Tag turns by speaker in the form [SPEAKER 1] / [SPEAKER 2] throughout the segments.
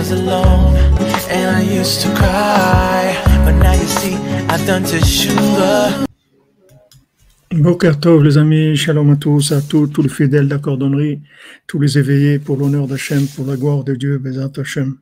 [SPEAKER 1] was alone, and I used to cry, but now you see, I've done teshuva.
[SPEAKER 2] Boker Tov, les amis, shalom à tous les fidèles de la cordonnerie, tous les éveillés pour l'honneur d'Hachem, pour la gloire de Dieu, Bezat Hachem.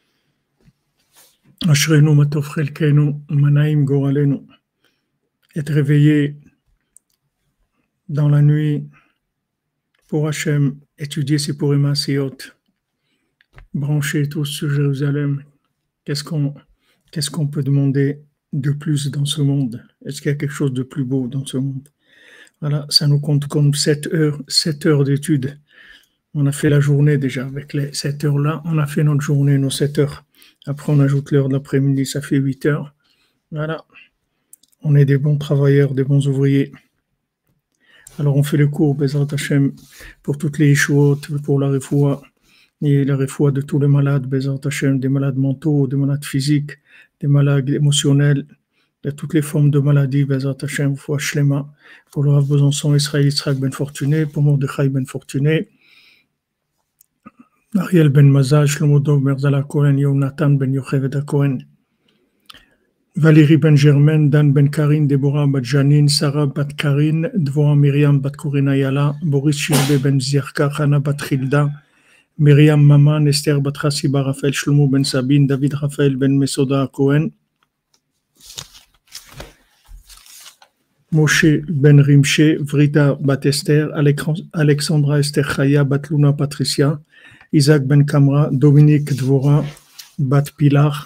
[SPEAKER 2] Ashrenu matov chelkenu, manaim goralenu. Être réveillé dans la nuit pour Hachem, étudier ses Purim Asiyot, brancher tous sur Jérusalem. Qu'est-ce qu'on peut demander de plus dans ce monde? Est-ce qu'il y a quelque chose de plus beau dans ce monde? Voilà, ça nous compte comme 7 heures d'études. On a fait la journée déjà. Avec les 7 heures-là, on a fait notre journée, nos 7 heures. Après, on ajoute l'heure de l'après-midi, ça fait 8 heures. Voilà. On est des bons travailleurs, des bons ouvriers. Alors, on fait le cours, Bezrat Hashem, pour toutes les Yeshuot, pour la refoua, et la refoua de tous les malades, Bezrat Hashem, des malades mentaux, des malades physiques, des malades émotionnels, de toutes les formes de maladies, Bezrat Hashem, Foua Shlema, pour le Rav Besançon, Israël Yitzhak Ben Fortuné, pour Mordechai Ben Fortuné, Ariel Ben Mazal, Shlomo Dov Merzala Cohen, Yonatan Ben Yocheved Cohen, Valérie Ben Germaine, Dan Ben Karin, Deborah Bat Janine, Sarah Bat Karin, Dvorah Myriam Bat Korina Yala, Boris Shirbe Ben Zirka, Hana Bat Hilda, Myriam Maman, Esther Bat Chassiba Raphaël, Shlomo Ben Sabine, David Raphaël Ben Mesoda Cohen, Moshe Ben Rimche, Vrida Bat Esther, Alexandra Esther Chaya, Bat Luna Patricia, Isaac Ben Kamra, Dominique Dvora, Bat Pilar,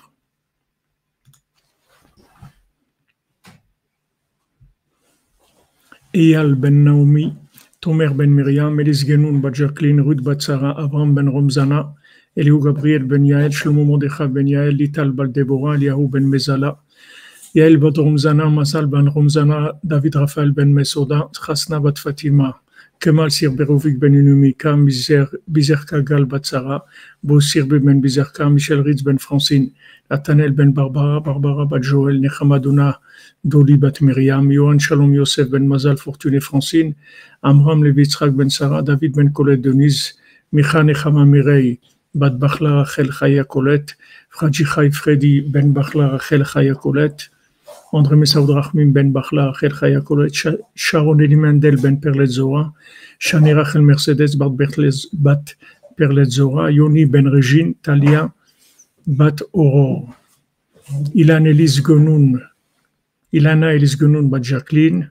[SPEAKER 2] Eyal Ben Naomi, Tomer Ben Miriam, Elis Genoun Bat Jacqueline, Ruth Bat Sarah, Avram Ben Romzana, Eliou Gabriel Ben Yael, Shlomo Mordecha Ben Yael, Lital Bat Deborah, Eliyahu Ben Mezala, Yael Bat Romzana, Masal Ben Romzana, David Raphaël Ben Mesoda, Chasna Bat Fatima, Kemal Sirberovic Ben Inumika, Bizerka Gal Bat Sarah, Bo Sirbe Ben Bizerka, Michel Ritz Ben Francine, Nathanael Ben Barbara, Barbara Bat Joël, Nechamadouna, Doli Bat Myriam, Yohan Shalom Yosef Ben Mazal, Fortuné Francine, Amram Levitzrak Ben Sarah, David Ben Colette Denise, Micha Nechama Mirei, Bat Bachla Rachel Chaya Colette, Fradji Chai Freddy Ben Bachla Rachel Chaya Colette, André Messaoud Rachmim Ben Bachla Rachel Chaya Colette, Sharon Elimendel Ben Perlet Zora, Shani Rachel Mercedes Bat Perlet Zora, Yoni Ben Regine, Talia Bat Aurore, Ilana Elis Genoun Bat Jacqueline,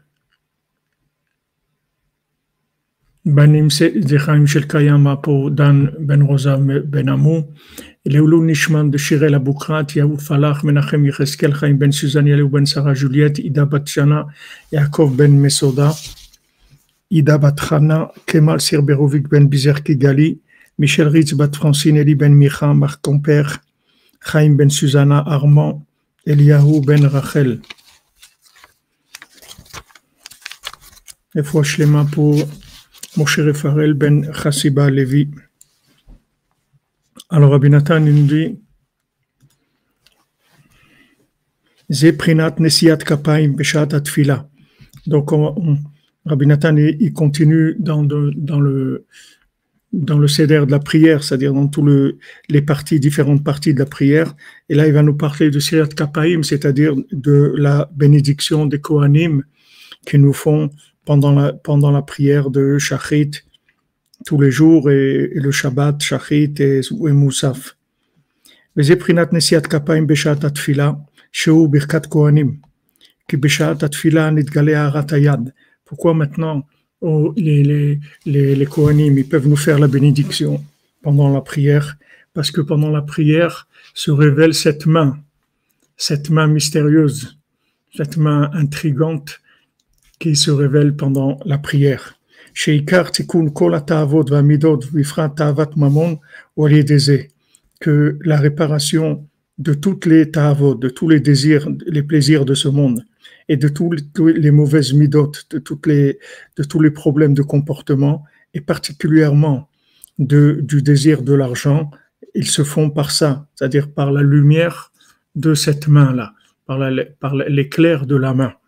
[SPEAKER 2] Banim Zechaim Shel Kayama pour Dan Ben Rosa Ben Amou, Leoulou Nishman de Shirel Aboukrat, Yaoud Falach, Menachem Yecheskel, Chaim Ben Suzanne, Yalou Ben Sarah Juliette, Ida Bat Shana, Yaakov Ben Mesoda, Ida Bat Chana, Kemal Sirberovic Ben Bizer Kigali, Michel Ritz Bat Francine, Eli Ben Micha, Marc Compère, Chaim Ben Susanna, Armand, Eliyahu Ben Rachel. Et fois Shlema pour Moshe Refarel Ben Chassiba Levi. Alors Rabbi Nathan nous dit Zeprinat Nesiat Kapaim Beshat Atfila. Donc Rabbi Nathan il continue dans le seder de la prière, c'est-à-dire dans différentes parties de la prière. Et là, il va nous parler de Sirat Kapaim, c'est-à-dire de la bénédiction des Kohanim qui nous font pendant la prière de Shachrit tous les jours et le Shabbat, Shachrit et Moussaf. Vezeprinat Nesiat Kapaim Beshat Atfila, Sheu Birkat Kohanim, qui Beshat Atfila Nitgale Arat Hayad. Pourquoi maintenant les Kohanim ils peuvent nous faire la bénédiction pendant la prière? Parce que pendant la prière se révèle cette main mystérieuse, cette main intrigante qui se révèle pendant la prière. Sheikar tikun kol ha'ta'avot va'amidot v'ifrat ta'avat mamon u'al-yedei, que la réparation de toutes les ta'avot, de tous les désirs, les plaisirs de ce monde, et de tous les mauvaises midot, de tous les problèmes de comportement, et particulièrement du désir de l'argent, ils se font par ça, c'est-à-dire par la lumière de cette main-là, par l'éclair de la main.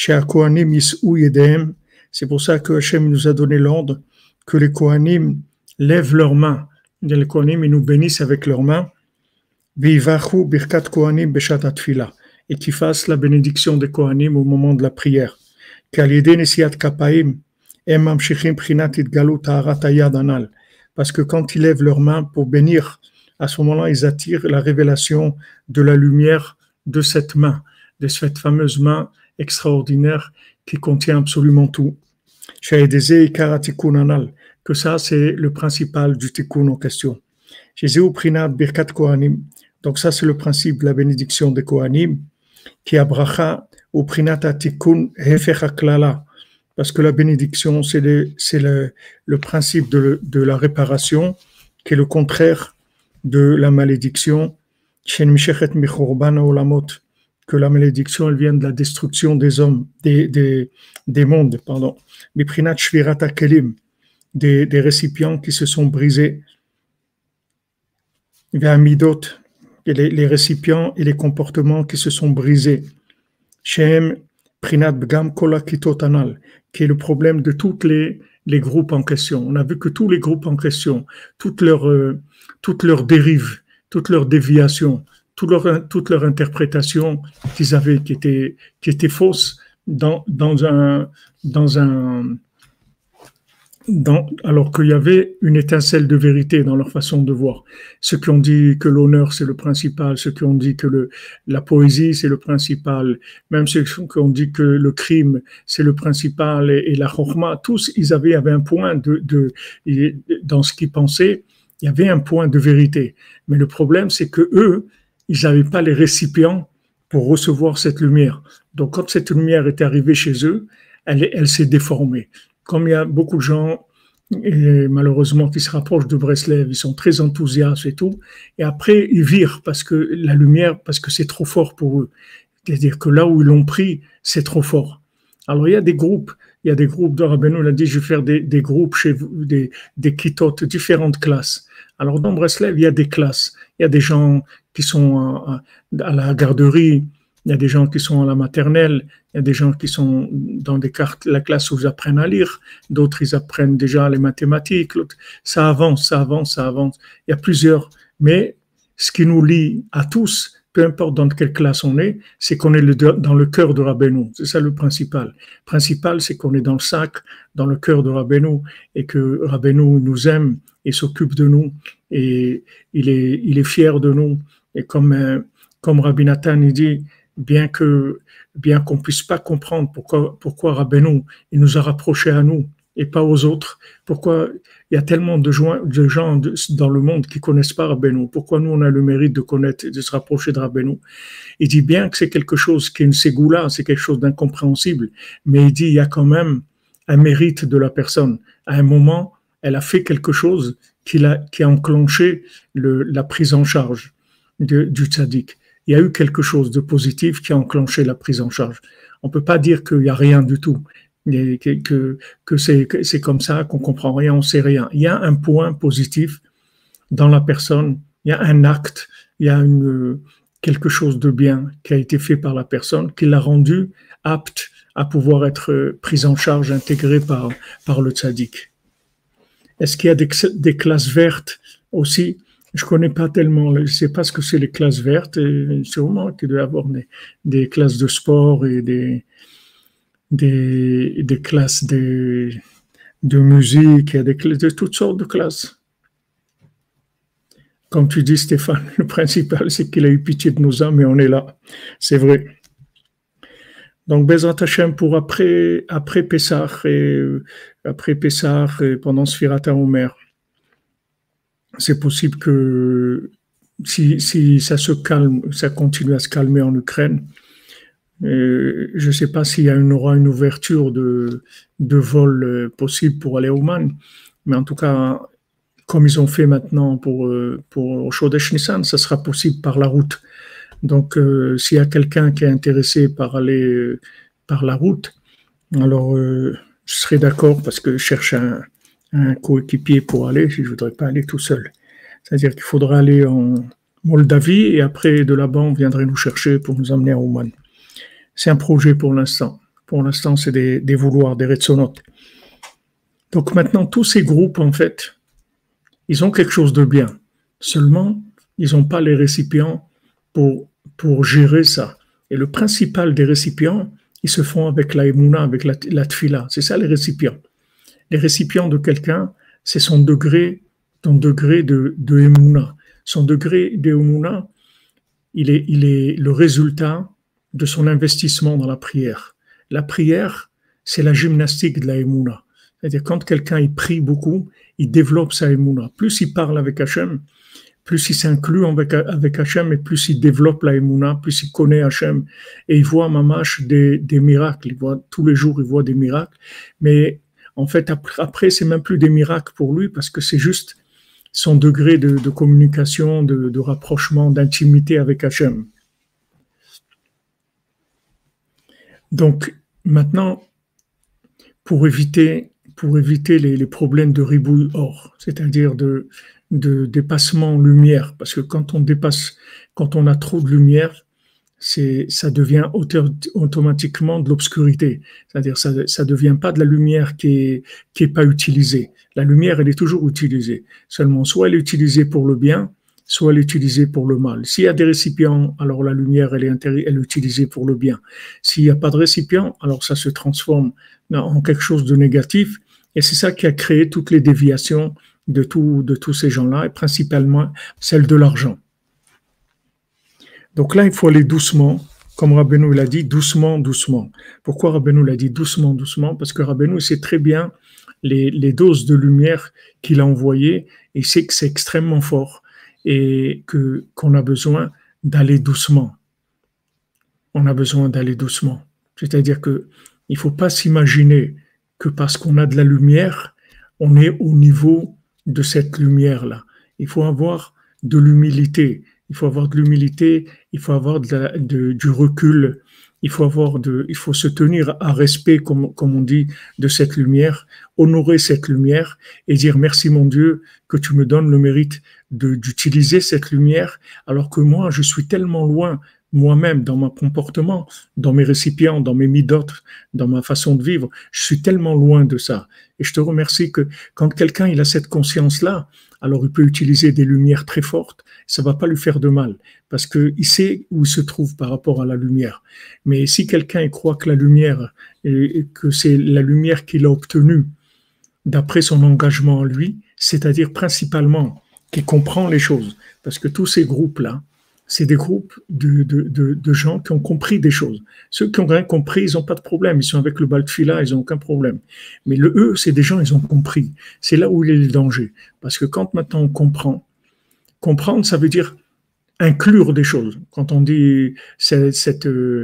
[SPEAKER 2] C'est pour ça que Hachem nous a donné l'ordre que les Kohanim lèvent leurs mains, les Kohanim, ils nous bénissent avec leurs mains, Vivachu birkat Kohanim beshat atfila, et qui fassent la bénédiction des Kohanim au moment de la prière. Qu'al yedei nesiat kapaim, em mamshichim prinat itgalut ha'arat hayad anal, parce que quand ils lèvent leurs mains pour bénir, à ce moment-là, ils attirent la révélation de la lumière de cette main, de cette fameuse main extraordinaire qui contient absolument tout. Que ça, c'est le principal du tikkun en question. Donc ça, c'est le principe de la bénédiction des Kohanim, qui a bracha ou prinat tikkun hefech haklala, parce que la bénédiction, c'est le principe de la réparation, qui est le contraire de la malédiction, que la malédiction, elle vient de la destruction des hommes, des mondes, pardon. Miprinat shvirat hakelim, des récipients qui se sont brisés, Ve'amidot, et les récipients et les comportements qui se sont brisés, Shem prinat bgam kol hakitot anal, qui est le problème de tous les groupes en question. On a vu que tous les groupes en question, toutes leurs dérives, toutes leurs déviations, toute leur interprétation qu'ils avaient, qui était fausse, alors qu'il y avait une étincelle de vérité dans leur façon de voir. Ceux qui ont dit que l'honneur c'est le principal, ceux qui ont dit que la poésie c'est le principal, même ceux qui ont dit que le crime c'est le principal et la chorma, tous ils avaient un point dans ce qu'ils pensaient, il y avait un point de vérité. Mais le problème c'est que eux, ils n'avaient pas les récipients pour recevoir cette lumière. Donc quand cette lumière est arrivée chez eux, elle s'est déformée. Comme il y a beaucoup de gens, et malheureusement, qui se rapprochent de Breslev, ils sont très enthousiastes et tout, et après, ils virent parce que la lumière, parce que c'est trop fort pour eux. C'est-à-dire que là où ils l'ont pris, c'est trop fort. Alors, il y a des groupes de Rabbeinu, il a dit, je vais faire des groupes chez vous, des kitotes, différentes classes. Alors, dans Breslev, il y a des classes. Il y a des gens qui sont à la garderie, il y a des gens qui sont à la maternelle, il y a des gens qui sont dans la classe où ils apprennent à lire, d'autres ils apprennent déjà les mathématiques, ça avance. Il y a plusieurs, mais ce qui nous lie à tous, peu importe dans quelle classe on est, c'est qu'on est dans le cœur de Rabbeinu. C'est ça le principal. Le principal, c'est qu'on est dans le sac, dans le cœur de Rabbeinu, et que Rabbeinu nous aime et s'occupe de nous, et il est fier de nous. Et comme Rabbi Nathan il dit, bien qu'on puisse pas comprendre pourquoi Rabbeinu il nous a rapprochés à nous et pas aux autres, pourquoi il y a tellement de gens dans le monde qui connaissent pas Rabbeinu, pourquoi nous on a le mérite de connaître, de se rapprocher de Rabbeinu. Il dit bien que c'est quelque chose qui est une ségoula, c'est quelque chose d'incompréhensible, mais il dit il y a quand même un mérite de la personne. À un moment, elle a fait quelque chose qui a enclenché la prise en charge du tzaddik. Il y a eu quelque chose de positif qui a enclenché la prise en charge. On ne peut pas dire qu'il n'y a rien du tout, que c'est comme ça, qu'on ne comprend rien, on ne sait rien. Il y a un point positif dans la personne, il y a un acte, il y a quelque chose de bien qui a été fait par la personne, qui l'a rendu apte à pouvoir être prise en charge, intégrée par le tzaddik. Est-ce qu'il y a des classes vertes aussi? Je ne connais pas tellement, je ne sais pas ce que c'est les classes vertes, et sûrement qu'il doit y avoir des classes de sport et des classes de musique, il y a de toutes sortes de classes. Comme tu dis Stéphane, le principal c'est qu'il a eu pitié de nos âmes et on est là, c'est vrai. Donc Bezrat Hashem pour après Pessah et pendant Sfirat HaOmer. C'est possible que si ça se calme, ça continue à se calmer en Ukraine, je ne sais pas s'il y aura une ouverture de vol possible pour aller au Oman, mais en tout cas, comme ils ont fait maintenant pour Chodesh Nissan, ça sera possible par la route. Donc, s'il y a quelqu'un qui est intéressé par aller par la route, alors je serai d'accord parce que je cherche un coéquipier pour aller, je ne voudrais pas aller tout seul. C'est-à-dire qu'il faudra aller en Moldavie et après de là-bas, on viendrait nous chercher pour nous emmener à Ouman. C'est un projet pour l'instant. Pour l'instant, c'est des vouloirs, des retsonot. Donc maintenant, tous ces groupes, en fait, Ils ont quelque chose de bien. Seulement, ils n'ont pas les récipients pour gérer ça. Et le principal des récipients, ils se font avec la émouna, avec la tfila. C'est ça les récipients. Les récipients de quelqu'un, c'est son degré de émouna. Son degré de émouna, il est le résultat de son investissement dans la prière. La prière, c'est la gymnastique de la émouna. C'est-à-dire quand quelqu'un il prie beaucoup, il développe sa émouna. Plus il parle avec Hachem, plus il s'inclut avec Hachem et plus il développe la émouna, plus il connaît Hachem. Et il voit mamash des miracles. Il voit, tous les jours, il voit des miracles. Mais en fait, après c'est même plus des miracles pour lui parce que c'est juste son degré de communication, de rapprochement, d'intimité avec Hachem. Donc, maintenant, pour éviter les problèmes de ribouille or, c'est-à-dire de dépassement lumière, parce que quand on a trop de lumière, ça devient automatiquement de l'obscurité, c'est-à-dire ça devient pas de la lumière qui est pas utilisée. La lumière, elle est toujours utilisée. Seulement, soit elle est utilisée pour le bien, soit elle est utilisée pour le mal. S'il y a des récipients, alors la lumière, elle est utilisée pour le bien. S'il n'y a pas de récipient, alors ça se transforme en quelque chose de négatif. Et c'est ça qui a créé toutes les déviations de tous ces gens-là, et principalement celle de l'argent. Donc là, il faut aller doucement, comme Rabbeinu l'a dit, doucement, doucement. Pourquoi Rabbeinu l'a dit doucement, doucement? Parce que Rabbeinu sait très bien les doses de lumière qu'il a envoyées, et il sait que c'est extrêmement fort, et qu'on a besoin d'aller doucement. On a besoin d'aller doucement. C'est-à-dire que il ne faut pas s'imaginer que parce qu'on a de la lumière, on est au niveau de cette lumière-là. Il faut avoir de l'humilité. Il faut avoir de l'humilité, il faut avoir du recul, il faut se tenir à respect, comme on dit, de cette lumière, honorer cette lumière et dire merci mon Dieu que tu me donnes le mérite d'utiliser cette lumière, alors que moi, je suis tellement loin moi-même dans mon comportement, dans mes récipients, dans mes midotes, dans ma façon de vivre, je suis tellement loin de ça. Et je te remercie que quand quelqu'un il a cette conscience-là, alors il peut utiliser des lumières très fortes, ça va pas lui faire de mal, parce qu'il sait où il se trouve par rapport à la lumière. Mais si quelqu'un croit que la lumière, que c'est la lumière qu'il a obtenue d'après son engagement en lui, c'est-à-dire principalement qu'il comprend les choses, parce que tous ces groupes-là, c'est des groupes de gens qui ont compris des choses. Ceux qui n'ont rien compris, ils n'ont pas de problème. Ils sont avec le Baltfila, ils n'ont aucun problème. Mais eux, c'est des gens, ils ont compris. C'est là où il est le danger. Parce que quand maintenant on comprend, comprendre, ça veut dire inclure des choses. Quand on dit cet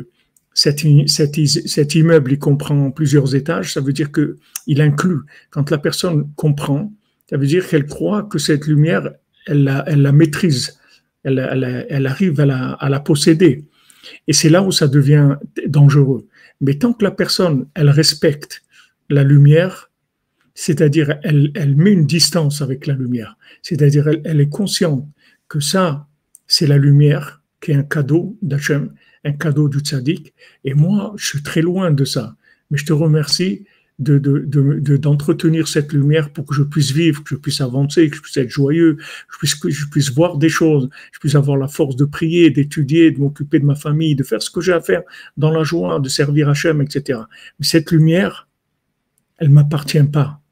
[SPEAKER 2] immeuble, il comprend plusieurs étages, ça veut dire qu'il inclut. Quand la personne comprend, ça veut dire qu'elle croit que cette lumière, elle la maîtrise. Elle arrive à la posséder. Et c'est là où ça devient dangereux. Mais tant que la personne, elle respecte la lumière, c'est-à-dire elle met une distance avec la lumière, c'est-à-dire elle est consciente que ça, c'est la lumière qui est un cadeau d'Hachem, un cadeau du tzaddik, et moi, je suis très loin de ça. Mais je te remercie d'entretenir cette lumière pour que je puisse vivre, que je puisse avancer, que je puisse être joyeux, que je puisse voir des choses, que je puisse avoir la force de prier, d'étudier, de m'occuper de ma famille, de faire ce que j'ai à faire dans la joie, de servir Hachem, etc. Mais cette lumière, elle ne m'appartient pas.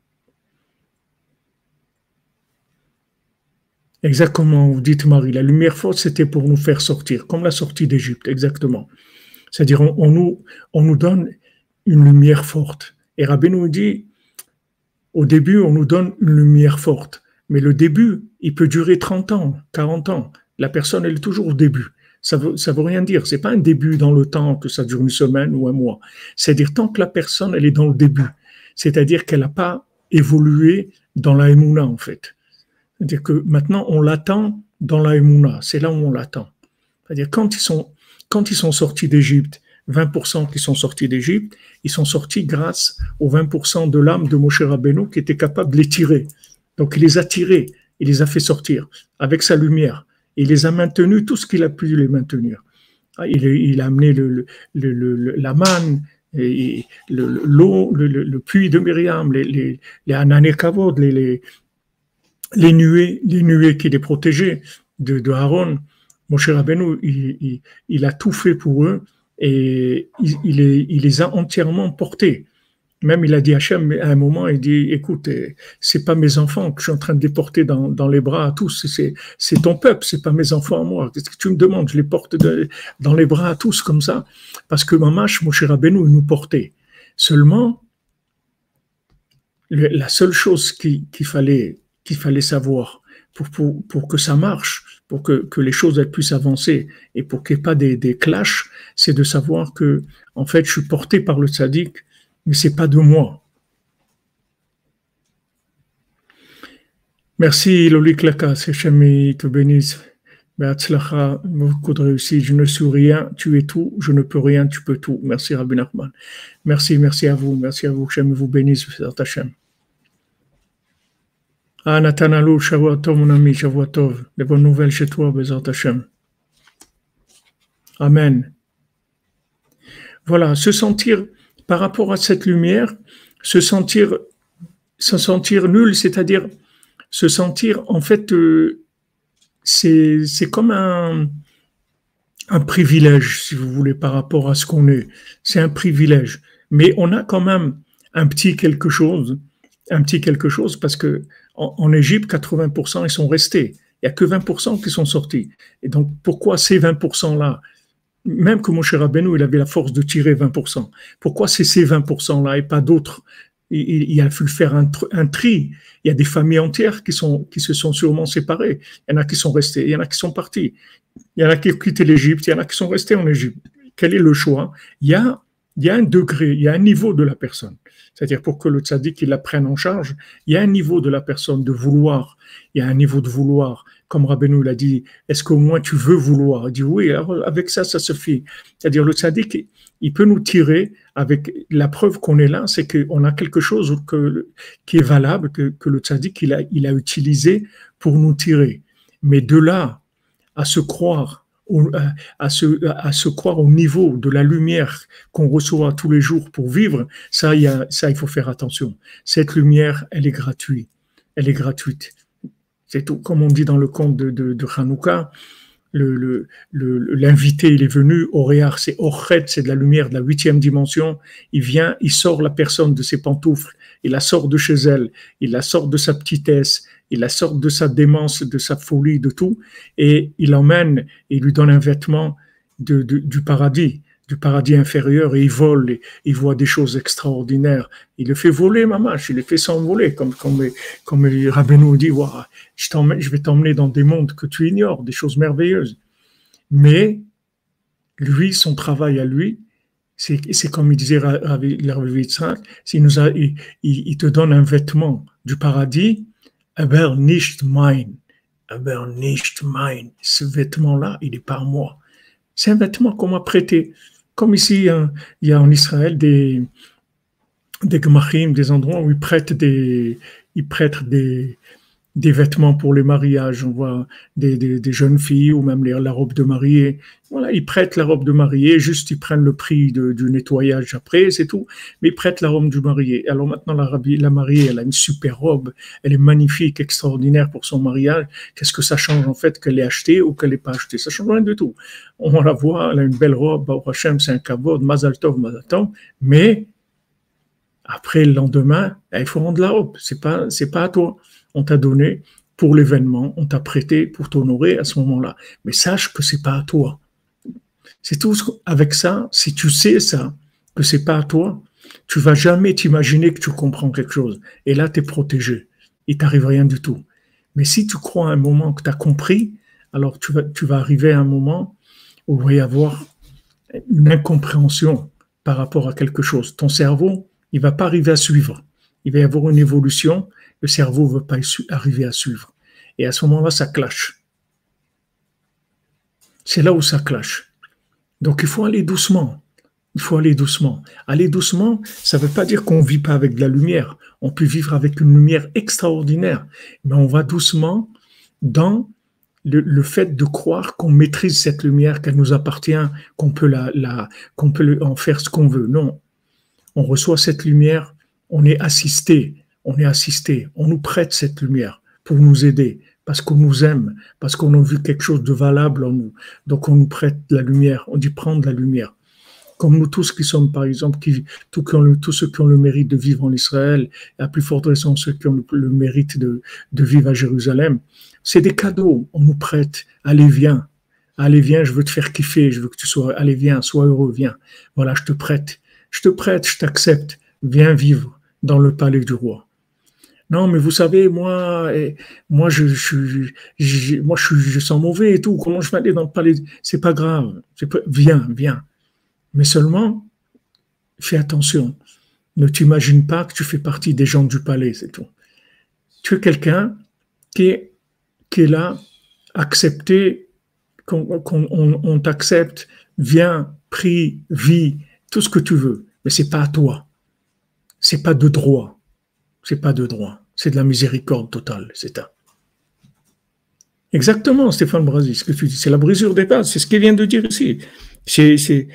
[SPEAKER 2] Exactement, vous dites Marie, la lumière forte, c'était pour nous faire sortir, comme la sortie d'Égypte, exactement. C'est-à-dire, on nous donne une lumière forte. Et Rabbeinu nous dit, au début, on nous donne une lumière forte. Mais le début, il peut durer 30 ans, 40 ans. La personne, elle est toujours au début. Ça veut rien dire. C'est pas un début dans le temps, que ça dure une semaine ou un mois. C'est-à-dire, tant que la personne, elle est dans le début. C'est-à-dire qu'elle n'a pas évolué dans la Emouna, en fait. C'est-à-dire que maintenant, on l'attend dans la Emouna. C'est là où on l'attend. C'est-à-dire, quand ils sont sortis d'Égypte, 20% qui sont sortis d'Égypte, ils sont sortis grâce aux 20% de l'âme de Moshe Rabbeinu qui était capable de les tirer. Donc il les a tirés, il les a fait sortir avec sa lumière. Il les a maintenus tout ce qu'il a pu les maintenir. Il a amené la manne, l'eau, le puits de Myriam, les Anané Kavod, les les nuées qui les protégeaient de Aaron, Moshe Rabbeinu, il a tout fait pour eux et il les a entièrement portés. Même il a dit à Hachem, à un moment, il dit, écoute, c'est pas mes enfants que je suis en train de les porter dans les bras à tous, c'est ton peuple, c'est pas mes enfants à moi. Qu'est-ce que tu me demandes? Je les porte dans les bras à tous comme ça. Parce que Mamash, Moshe Rabbeinu, il nous portait. Seulement, la seule chose qu'il fallait savoir pour que ça marche, pour que les choses elles puissent avancer et pour qu'il n'y ait pas des clashs, c'est de savoir que, en fait, je suis porté par le tzaddik, mais c'est pas de moi. Merci Lolik Lakas, Hachem te bénisse. Be'atzlacha, beaucoup de réussite. Je ne suis rien, tu es tout. Je ne peux rien, tu peux tout. Merci Rabbi Nachman. Merci à vous. Hachem vous bénisse, Hachem. Ah, Nathanalou, Shavua Tov, mon ami, Shavua Tov. Les bonnes nouvelles chez toi, Bezat Hachem. Amen. Voilà, se sentir, par rapport à cette lumière, se sentir nul, c'est-à-dire se sentir, en fait, c'est comme un privilège, si vous voulez, par rapport à ce qu'on est. C'est un privilège. Mais on a quand même un petit quelque chose, parce que en Égypte, 80% ils sont restés. Il n'y a que 20% qui sont sortis. Et donc, pourquoi ces 20%-là, même que Moshe Rabbeinu, il avait la force de tirer 20%, pourquoi c'est ces 20%-là et pas d'autres? Il a fallu faire un tri. Il y a des familles entières qui se sont sûrement séparées. Il y en a qui sont restés, il y en a qui sont partis. Il y en a qui ont quitté l'Égypte, il y en a qui sont restés en Égypte. Quel est le choix? Il y a un degré, il y a un niveau de la personne. C'est-à-dire pour que le tzaddik il la prenne en charge, il y a un niveau de la personne de vouloir. Il y a un niveau de vouloir. Comme Rabbeinu l'a dit, est-ce qu'au moins tu veux vouloir? Il dit oui, alors avec ça suffit. C'est-à-dire le tzaddik, il peut nous tirer avec la preuve qu'on est là, c'est qu'on a quelque chose qui est valable, que le tzaddik il a utilisé pour nous tirer. Mais de là à se croire à se croire au niveau de la lumière qu'on reçoit tous les jours pour vivre, ça il faut faire attention. Cette lumière, elle est gratuite. C'est tout, comme on dit dans le conte de Hanouka, l'invité, il est venu, Oréar, c'est Orchet, c'est de la lumière de la 8e dimension, il vient, il sort la personne de ses pantoufles, il la sort de chez elle, il la sort de sa petitesse, il la sort de sa démence, de sa folie, de tout, et il l'emmène, et il lui donne un vêtement du paradis inférieur, et il vole, et il voit des choses extraordinaires. Il le fait voler, mamache, il le fait s'envoler, comme Rabbeinu dit, wow, je vais t'emmener dans des mondes que tu ignores, des choses merveilleuses. Mais lui, son travail à lui, c'est comme il disait Rabbi Yitzhak, il te donne un vêtement du paradis, aber nicht mein. Ce vêtement-là, il est par moi. C'est un vêtement qu'on m'a prêté. Comme ici, il y a en Israël des gmachim, des endroits où ils prêtent des vêtements pour les mariages. On voit des jeunes filles ou même la robe de mariée. Voilà, ils prêtent la robe de mariée, juste ils prennent le prix du nettoyage après, c'est tout. Mais ils prêtent la robe du marié. Alors maintenant, la mariée, elle a une super robe, elle est magnifique, extraordinaire pour son mariage. Qu'est-ce que ça change en fait qu'elle l'ait achetée ou qu'elle l'ait pas achetée? Ça change rien du tout. On la voit, elle a une belle robe, Baruch Hashem, c'est un kavod, Mazal Tov, mais après le lendemain, il faut rendre la robe. C'est pas à toi. On t'a donné pour l'événement, on t'a prêté pour t'honorer à ce moment-là. Mais sache que c'est pas à toi. C'est tout. Avec ça, si tu sais ça, que c'est pas à toi, tu vas jamais t'imaginer que tu comprends quelque chose. Et là, tu es protégé. Il t'arrive rien du tout. Mais si tu crois à un moment que tu as compris, alors tu vas arriver à un moment où il va y avoir une incompréhension par rapport à quelque chose. Ton cerveau, il va pas arriver à suivre. Il va y avoir une évolution. Le cerveau ne veut pas arriver à suivre. Et à ce moment-là, ça clash. C'est là où ça clash. Donc, il faut aller doucement. Aller doucement, ça ne veut pas dire qu'on ne vit pas avec de la lumière. On peut vivre avec une lumière extraordinaire. Mais on va doucement dans le fait de croire qu'on maîtrise cette lumière, qu'elle nous appartient, qu'on peut en faire ce qu'on veut. Non. On reçoit cette lumière, on est assisté. On nous prête cette lumière pour nous aider, parce qu'on nous aime, parce qu'on a vu quelque chose de valable en nous. Donc on nous prête la lumière, on dit prendre la lumière. Comme nous tous qui sommes, par exemple, tous ceux qui ont le mérite de vivre en Israël, et à plus forte raison ceux qui ont le mérite de vivre à Jérusalem, c'est des cadeaux, on nous prête, allez viens, je veux te faire kiffer, je veux que tu sois, allez viens, sois heureux, viens, voilà, je te prête, je t'accepte, viens vivre dans le palais du roi. Non, mais vous savez, moi, je sens mauvais et tout. Comment je vais aller dans le palais? C'est pas grave. Viens. Mais seulement, fais attention. Ne t'imagine pas que tu fais partie des gens du palais, c'est tout. Tu es quelqu'un qui est là, accepté, on t'accepte, viens, prie, vis, tout ce que tu veux. Mais c'est pas à toi. C'est pas de droit. C'est pas de droit. C'est de la miséricorde totale, c'est ça. Exactement, Stéphane Brasi, ce que tu dis, c'est la brisure des bases, c'est ce qu'il vient de dire ici. C'est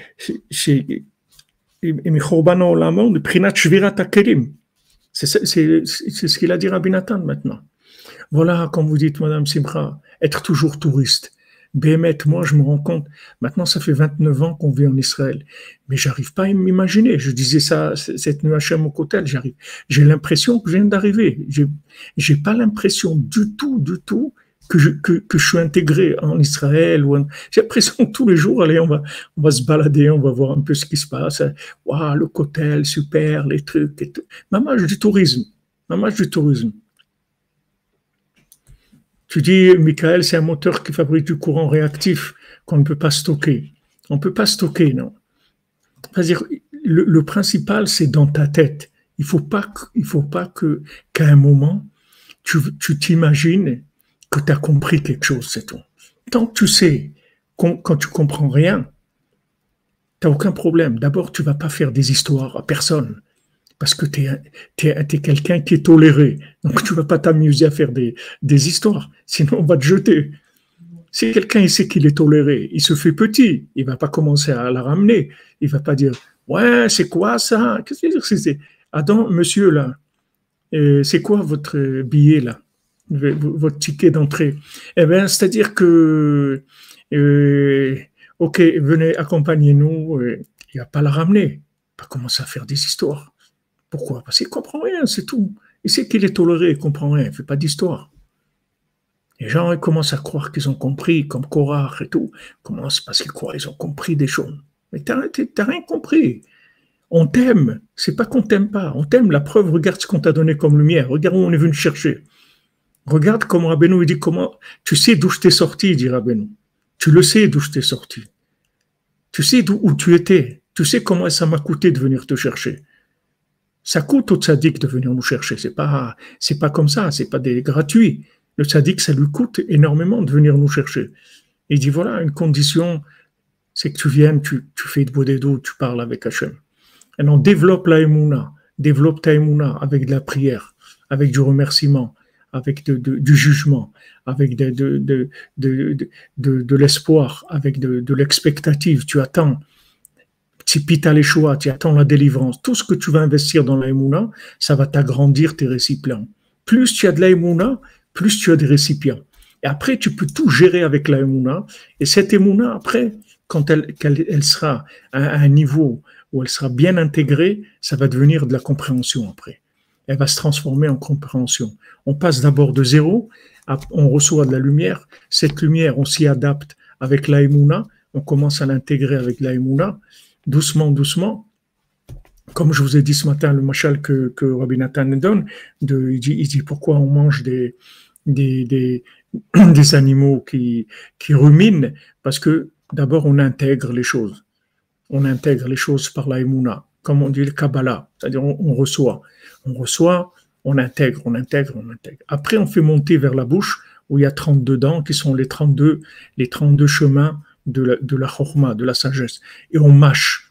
[SPEAKER 2] ce qu'il a dit Rabbi Nathan maintenant. Voilà, comme vous dites, Madame Simcha, être toujours touriste. Bémet, moi, je me rends compte, maintenant, ça fait 29 ans qu'on vit en Israël, mais j'arrive pas à m'imaginer. Je disais ça cette nuit à Hachem au Kotel, j'ai l'impression que je viens d'arriver. J'ai pas l'impression du tout que je suis intégré en Israël. J'ai l'impression que tous les jours, allez, on va se balader, on va voir un peu ce qui se passe. Waouh, le Kotel, super, les trucs et tout. Mamage du tourisme. Tu dis, Michael, c'est un moteur qui fabrique du courant réactif qu'on ne peut pas stocker. On ne peut pas stocker, non. C'est-à-dire, le principal, c'est dans ta tête. Il faut pas qu'à un moment, tu t'imagines que tu as compris quelque chose, c'est tout. Tant que tu sais, quand tu comprends rien, tu n'as aucun problème. D'abord, tu ne vas pas faire des histoires à personne. Parce que tu es quelqu'un qui est toléré. Donc, tu ne vas pas t'amuser à faire des histoires. Sinon, on va te jeter. Si quelqu'un il sait qu'il est toléré, il se fait petit. Il ne va pas commencer à la ramener. Il ne va pas dire « Ouais, c'est quoi ça? Qu'est-ce que c'est? Attends, monsieur, là, c'est quoi votre billet, là? Votre ticket d'entrée? » Eh bien, c'est-à-dire que OK, venez, accompagnez-nous. Il ne va pas la ramener. Il ne va pas commencer à faire des histoires. Pourquoi? Parce qu'il ne comprend rien, c'est tout. Il sait qu'il est toléré, il ne comprend rien, il ne fait pas d'histoire. Les gens ils commencent à croire qu'ils ont compris, comme Korach et tout. Commencent parce qu'ils croient qu'ils ont compris des choses. Mais tu n'as rien compris. On t'aime, c'est pas qu'on t'aime pas. On t'aime, la preuve, regarde ce qu'on t'a donné comme lumière. Regarde où on est venu chercher. Regarde comment Rabbeinu, il dit comment. Tu sais d'où je t'ai sorti, dit Rabbeinu. Tu le sais d'où je t'ai sorti. Tu sais où tu étais. Tu sais comment ça m'a coûté de venir te chercher. Ça coûte au tzaddik de venir nous chercher. C'est pas comme ça. C'est pas des gratuits. Le tzaddik, ça lui coûte énormément de venir nous chercher. Il dit voilà, une condition, c'est que tu viennes, tu fais de bodédo, tu parles avec Hachem. Et on développe la émouna, développe ta émouna avec de la prière, avec du remerciement, avec du jugement, avec de l'espoir, avec de l'expectative. Tu attends. Tipita les choix, tu attends la délivrance. Tout ce que tu vas investir dans la émouna, ça va t'agrandir tes récipients. Plus tu as de la émouna, plus tu as des récipients. Et après, tu peux tout gérer avec la émouna. Et cette émouna, après, quand elle sera à un niveau où elle sera bien intégrée, ça va devenir de la compréhension après. Elle va se transformer en compréhension. On passe d'abord de zéro, on reçoit de la lumière. Cette lumière, on s'y adapte avec la émouna. On commence à l'intégrer avec la émouna. Doucement, comme je vous ai dit ce matin, le machal que Rabbi Nathan donne, il dit pourquoi on mange des animaux qui ruminent, parce que d'abord on intègre les choses. On intègre les choses par la émouna, comme on dit le Kabbalah, c'est-à-dire on reçoit, on intègre. Après on fait monter vers la bouche, où il y a 32 dents, qui sont les 32 chemins de la chorma, de la sagesse. Et on mâche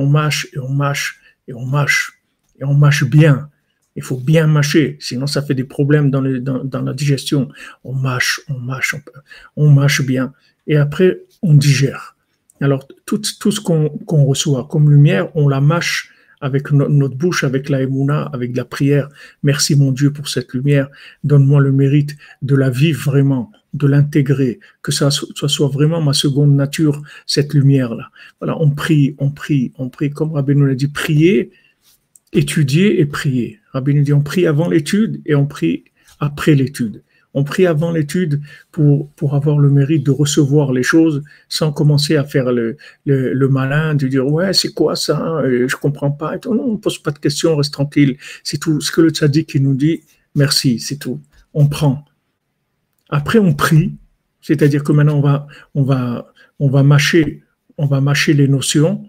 [SPEAKER 2] bien. Il faut bien mâcher, sinon ça fait des problèmes dans la digestion. On mâche bien. Et après, on digère. Alors, tout ce qu'on reçoit comme lumière, on la mâche avec notre bouche, avec la émouna, avec la prière. Merci mon Dieu pour cette lumière. Donne-moi le mérite de la vivre vraiment, de l'intégrer, que ça soit vraiment ma seconde nature, cette lumière-là. Voilà, on prie, on prie, on prie. Comme Rabbi nous l'a dit, prier, étudier et prier. Rabbi nous dit, on prie avant l'étude et on prie après l'étude. On prie avant l'étude pour avoir le mérite de recevoir les choses sans commencer à faire le malin, de dire ouais c'est quoi ça, je comprends pas. Et tout. Non, on pose pas de questions, on reste tranquille. C'est tout. Ce que le tzaddik qui nous dit, merci, c'est tout. On prend. Après on prie, c'est-à-dire que maintenant on va mâcher les notions.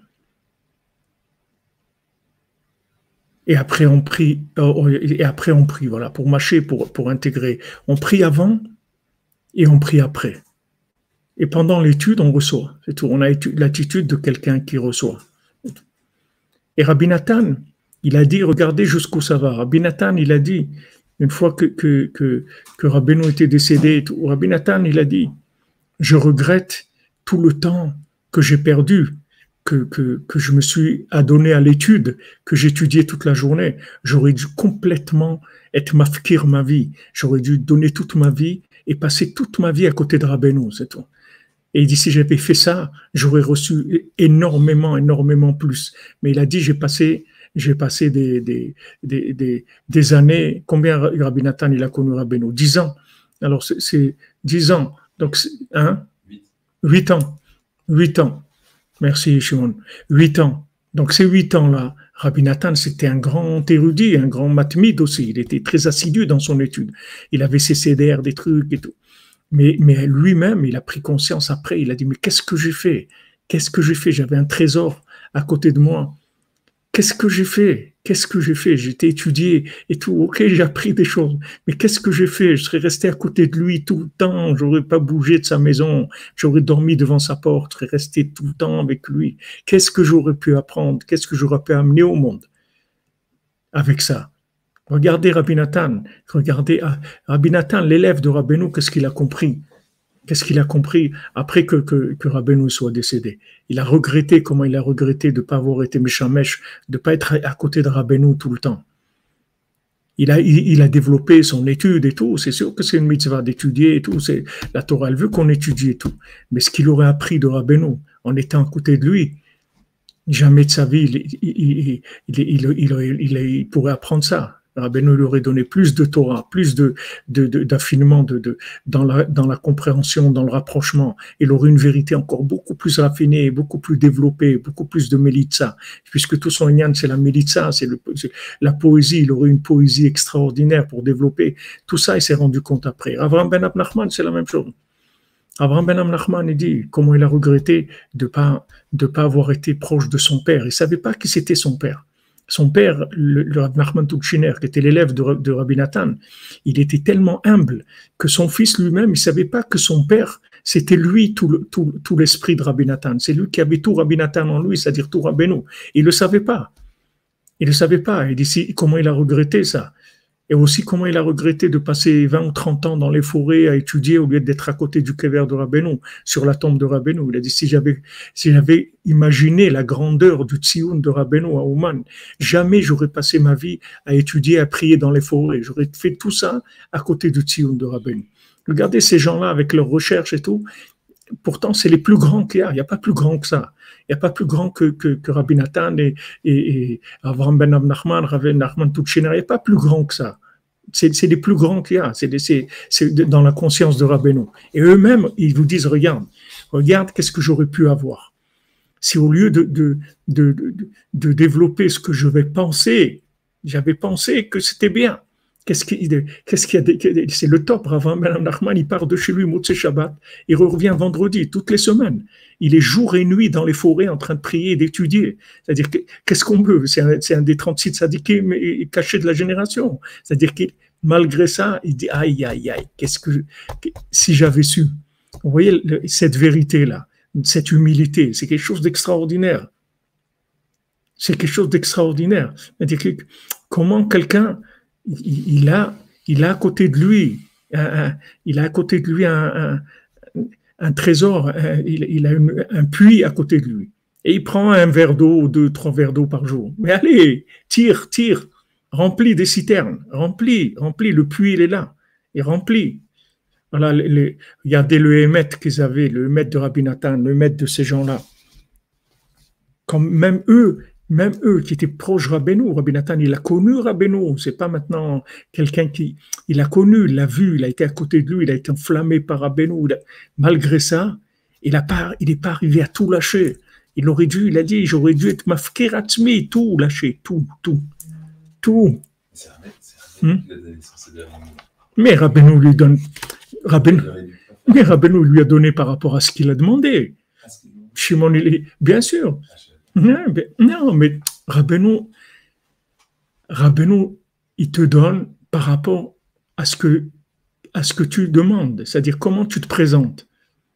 [SPEAKER 2] Et après on prie, voilà, pour mâcher, pour intégrer. On prie avant et on prie après. Et pendant l'étude, on reçoit. C'est tout. On a l'attitude de quelqu'un qui reçoit. Et Rabbi Nathan, il a dit, regardez jusqu'où ça va. Rabbi Nathan, il a dit, une fois que Rabbeinu était décédé, Rabbi Nathan, il a dit, je regrette tout le temps que j'ai perdu. Que je me suis adonné à l'étude, que j'étudiais toute la journée. J'aurais dû complètement être mafkir ma vie. J'aurais dû donner toute ma vie et passer toute ma vie à côté de Rabbeinu, c'est tout. Et il dit, si j'avais fait ça, j'aurais reçu énormément plus. Mais il a dit, j'ai passé des années. Combien Rabbi Nathan, il a connu Rabbeinu? 10 ans. Alors, c'est 10 ans. Donc, 8 ans. 8 ans. Merci, Shimon. 8 ans. Donc, ces 8 ans-là, Rabbi Nathan, c'était un grand érudit, un grand matmide aussi. Il était très assidu dans son étude. Il avait ses CDR, des trucs et tout. Mais lui-même, il a pris conscience après. Il a dit, mais qu'est-ce que j'ai fait? Qu'est-ce que j'ai fait? J'avais un trésor à côté de moi. Qu'est-ce que j'ai fait? Qu'est-ce que j'ai fait? J'étais étudié et tout. Ok, j'ai appris des choses. Mais qu'est-ce que j'ai fait? Je serais resté à côté de lui tout le temps. J'aurais pas bougé de sa maison. J'aurais dormi devant sa porte. Je serais resté tout le temps avec lui. Qu'est-ce que j'aurais pu apprendre? Qu'est-ce que j'aurais pu amener au monde avec ça? Regardez Rabbi Nathan. Regardez Rabbi Nathan, l'élève de Rabbeinu, qu'est-ce qu'il a compris? Qu'est-ce qu'il a compris après que Rabbeinu soit décédé? Il a regretté, comment il a regretté de ne pas avoir été méchamesh, de ne pas être à côté de Rabbeinu tout le temps. Il a développé son étude et tout. C'est sûr que c'est une mitzvah d'étudier et tout. La Torah, elle veut qu'on étudie et tout. Mais ce qu'il aurait appris de Rabbeinu en étant à côté de lui, jamais de sa vie, il pourrait apprendre ça. Rabbeinu lui aurait donné plus de Torah, plus d'affinement dans la compréhension, dans le rapprochement. Il aurait une vérité encore beaucoup plus raffinée, beaucoup plus développée, beaucoup plus de Melitza. Puisque tout son yann, c'est la Melitza, c'est la poésie. Il aurait une poésie extraordinaire pour développer. Tout ça, il s'est rendu compte après. Avraham ben Nachman, c'est la même chose. Avraham ben Nachman, il dit comment il a regretté de pas avoir été proche de son père. Il savait pas qui c'était son père. Son père, le Rabbi Nachman Tuchiner, qui était l'élève de Rabbi Nathan, il était tellement humble que son fils lui-même, il ne savait pas que son père, c'était lui tout l'esprit de Rabbi Nathan. C'est lui qui avait tout Rabbi Nathan en lui, c'est-à-dire tout Rabbeinu. Il ne le savait pas. Il ne savait pas. Il dit comment il a regretté ça. Et aussi comment il a regretté de passer 20 ou 30 ans dans les forêts à étudier au lieu d'être à côté du kever de Rabbeinu, sur la tombe de Rabbeinu. Il a dit, si j'avais imaginé la grandeur du tzioun de Rabbeinu à Ouman, jamais j'aurais passé ma vie à étudier, à prier dans les forêts. J'aurais fait tout ça à côté du tzioun de Rabbeinu. Regardez ces gens-là avec leurs recherches et tout. Pourtant, c'est les plus grands qu'il y a. Il n'y a pas plus grand que ça. Il n'y a pas plus grand que Rabbi Nathan et Avraham ben Nachman, Rabbi Nachman Tuchiner. Il n'y a pas plus grand que ça. C'est les plus grands qu'il y a. C'est dans la conscience de Rabbeinu. Et eux-mêmes, ils vous disent, regarde qu'est-ce que j'aurais pu avoir. Si au lieu de développer ce que je vais penser, j'avais pensé que c'était bien. Qu'est-ce qu'il y a? C'est le top. Avraham ben Nachman, il part de chez lui, Motzei Shabbat, il revient vendredi, toutes les semaines. Il est jour et nuit dans les forêts en train de prier et d'étudier. C'est-à-dire, qu'est-ce qu'on veut? C'est un des 36 tzadikim cachés de la génération. C'est-à-dire que malgré ça, il dit, aïe, si j'avais su. Vous voyez, cette vérité-là, cette humilité, c'est quelque chose d'extraordinaire. C'est quelque chose d'extraordinaire. C'est-à-dire que comment quelqu'un, il a à côté de lui, un trésor, il a un puits à côté de lui. Et il prend un verre d'eau ou 2, 3 verres d'eau par jour. Mais allez, tire, remplis des citernes, remplis, le puits il est là, et remplis. Voilà, regardez le Hémet qu'ils avaient, le Hémet de Rabbi Nathan, le Hémet de ces gens-là. Comme même eux qui étaient proches Rabbeinu, Rabbi Nathan, il a connu Rabbeinu, c'est pas maintenant quelqu'un qui, il a connu, il l'a vu, il a été à côté de lui, il a été enflammé par Rabbeinu. Malgré ça, il n'est pas arrivé à tout lâcher. Il a dit, j'aurais dû être mafkir atzmi, tout lâcher, tout. Hmm? Mais Rabbeinu lui donne, Rabbeinu lui a donné par rapport à ce qu'il a demandé. Shimon, bien sûr. Non, mais Rabbeinu, il te donne par rapport à ce que tu demandes, c'est-à-dire comment tu te présentes.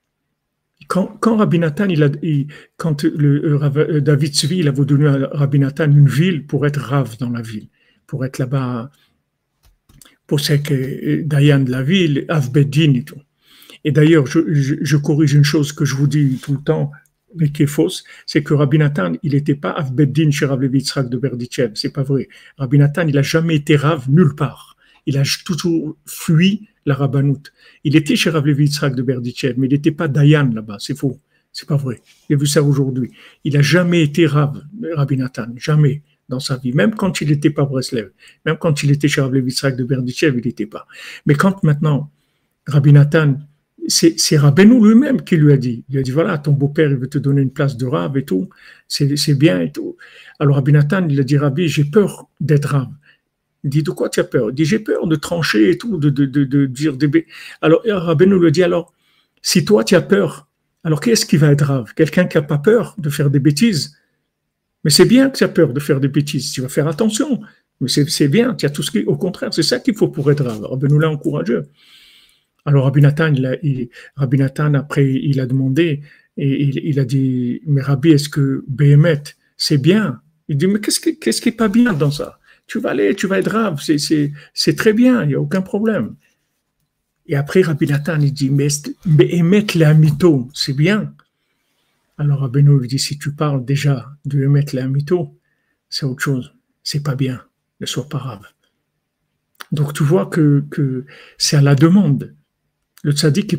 [SPEAKER 2] Quand Rabbi Nathan, quand David Tzvi, il a voulu donner à Rabbi Nathan une ville pour être rave dans la ville, pour être là-bas, pour ce que Dayan de la ville, Av Beddin et tout. Et d'ailleurs, je corrige une chose que je vous dis tout le temps, mais qui est fausse, c'est que Rabbi Nathan, il n'était pas Av Beddin chez Rav Levi Yitzhak de Berditchev, c'est pas vrai. Rabbi Nathan, il n'a jamais été rave nulle part. Il a toujours fui la rabbanout. Il était chez Rav Levi Yitzhak de Berditchev, mais il n'était pas Dayan là-bas, c'est faux, c'est pas vrai. J'ai vu ça aujourd'hui. Il n'a jamais été rave, Rabbi Nathan, jamais dans sa vie, même quand il n'était pas Breslev, même quand il était chez Rav Levi Yitzhak de Berditchev, il n'était pas. Mais quand maintenant, Rabbi Nathan, c'est Rabbeinu lui-même qui lui a dit. Il a dit, voilà, ton beau-père, il veut te donner une place de rave et tout, c'est bien et tout. Alors Rabbi Nathan, il a dit, Rabbi, j'ai peur d'être rave. Il dit, de quoi tu as peur? Il dit, j'ai peur de trancher et tout, de dire des bêtises. Alors Rabbeinu lui a dit, alors, si toi tu as peur, alors qui est-ce qui va être rave? Quelqu'un qui n'a pas peur de faire des bêtises. Mais c'est bien que tu as peur de faire des bêtises, tu vas faire attention. Mais c'est bien, tu as tout ce qui, au contraire, c'est ça qu'il faut pour être rave. Rabbeinu l'a encouragé. Alors Rabbi Nathan, après, il a demandé, et il a dit, mais Rabbi, est-ce que Béhémet, c'est bien? Il dit, mais qu'est-ce qui est pas bien dans ça? Tu vas être rave, c'est très bien, il n'y a aucun problème. Et après, Rabbi Nathan, il dit, mais Béhémet, les mytho, c'est bien. Alors Rabbeinu lui dit, si tu parles déjà de Béhémet, les mytho, c'est autre chose, c'est pas bien, ne sois pas rave. Donc tu vois que c'est à la demande. Le tzaddik,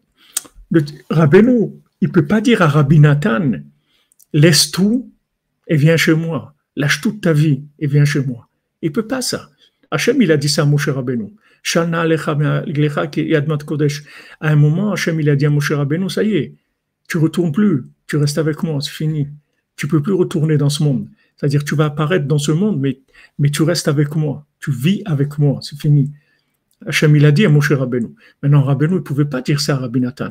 [SPEAKER 2] Rabbeinu, il peut pas dire à Rabbi Nathan, laisse tout et viens chez moi. Lâche toute ta vie et viens chez moi. Il peut pas ça. Hachem, il a dit ça à Moshe Rabbeinu. Shana alecha ki yadmat kodesh. À un moment, Hachem, il a dit à Moshe Rabbeinu, ça y est, tu retournes plus, tu restes avec moi, c'est fini. Tu peux plus retourner dans ce monde. C'est-à-dire, tu vas apparaître dans ce monde, mais tu restes avec moi. Tu vis avec moi, c'est fini. Hachem, il a dit à Moshe Rabbeinu. Maintenant, Rabbeinu, il ne pouvait pas dire ça à Rabbi Nathan.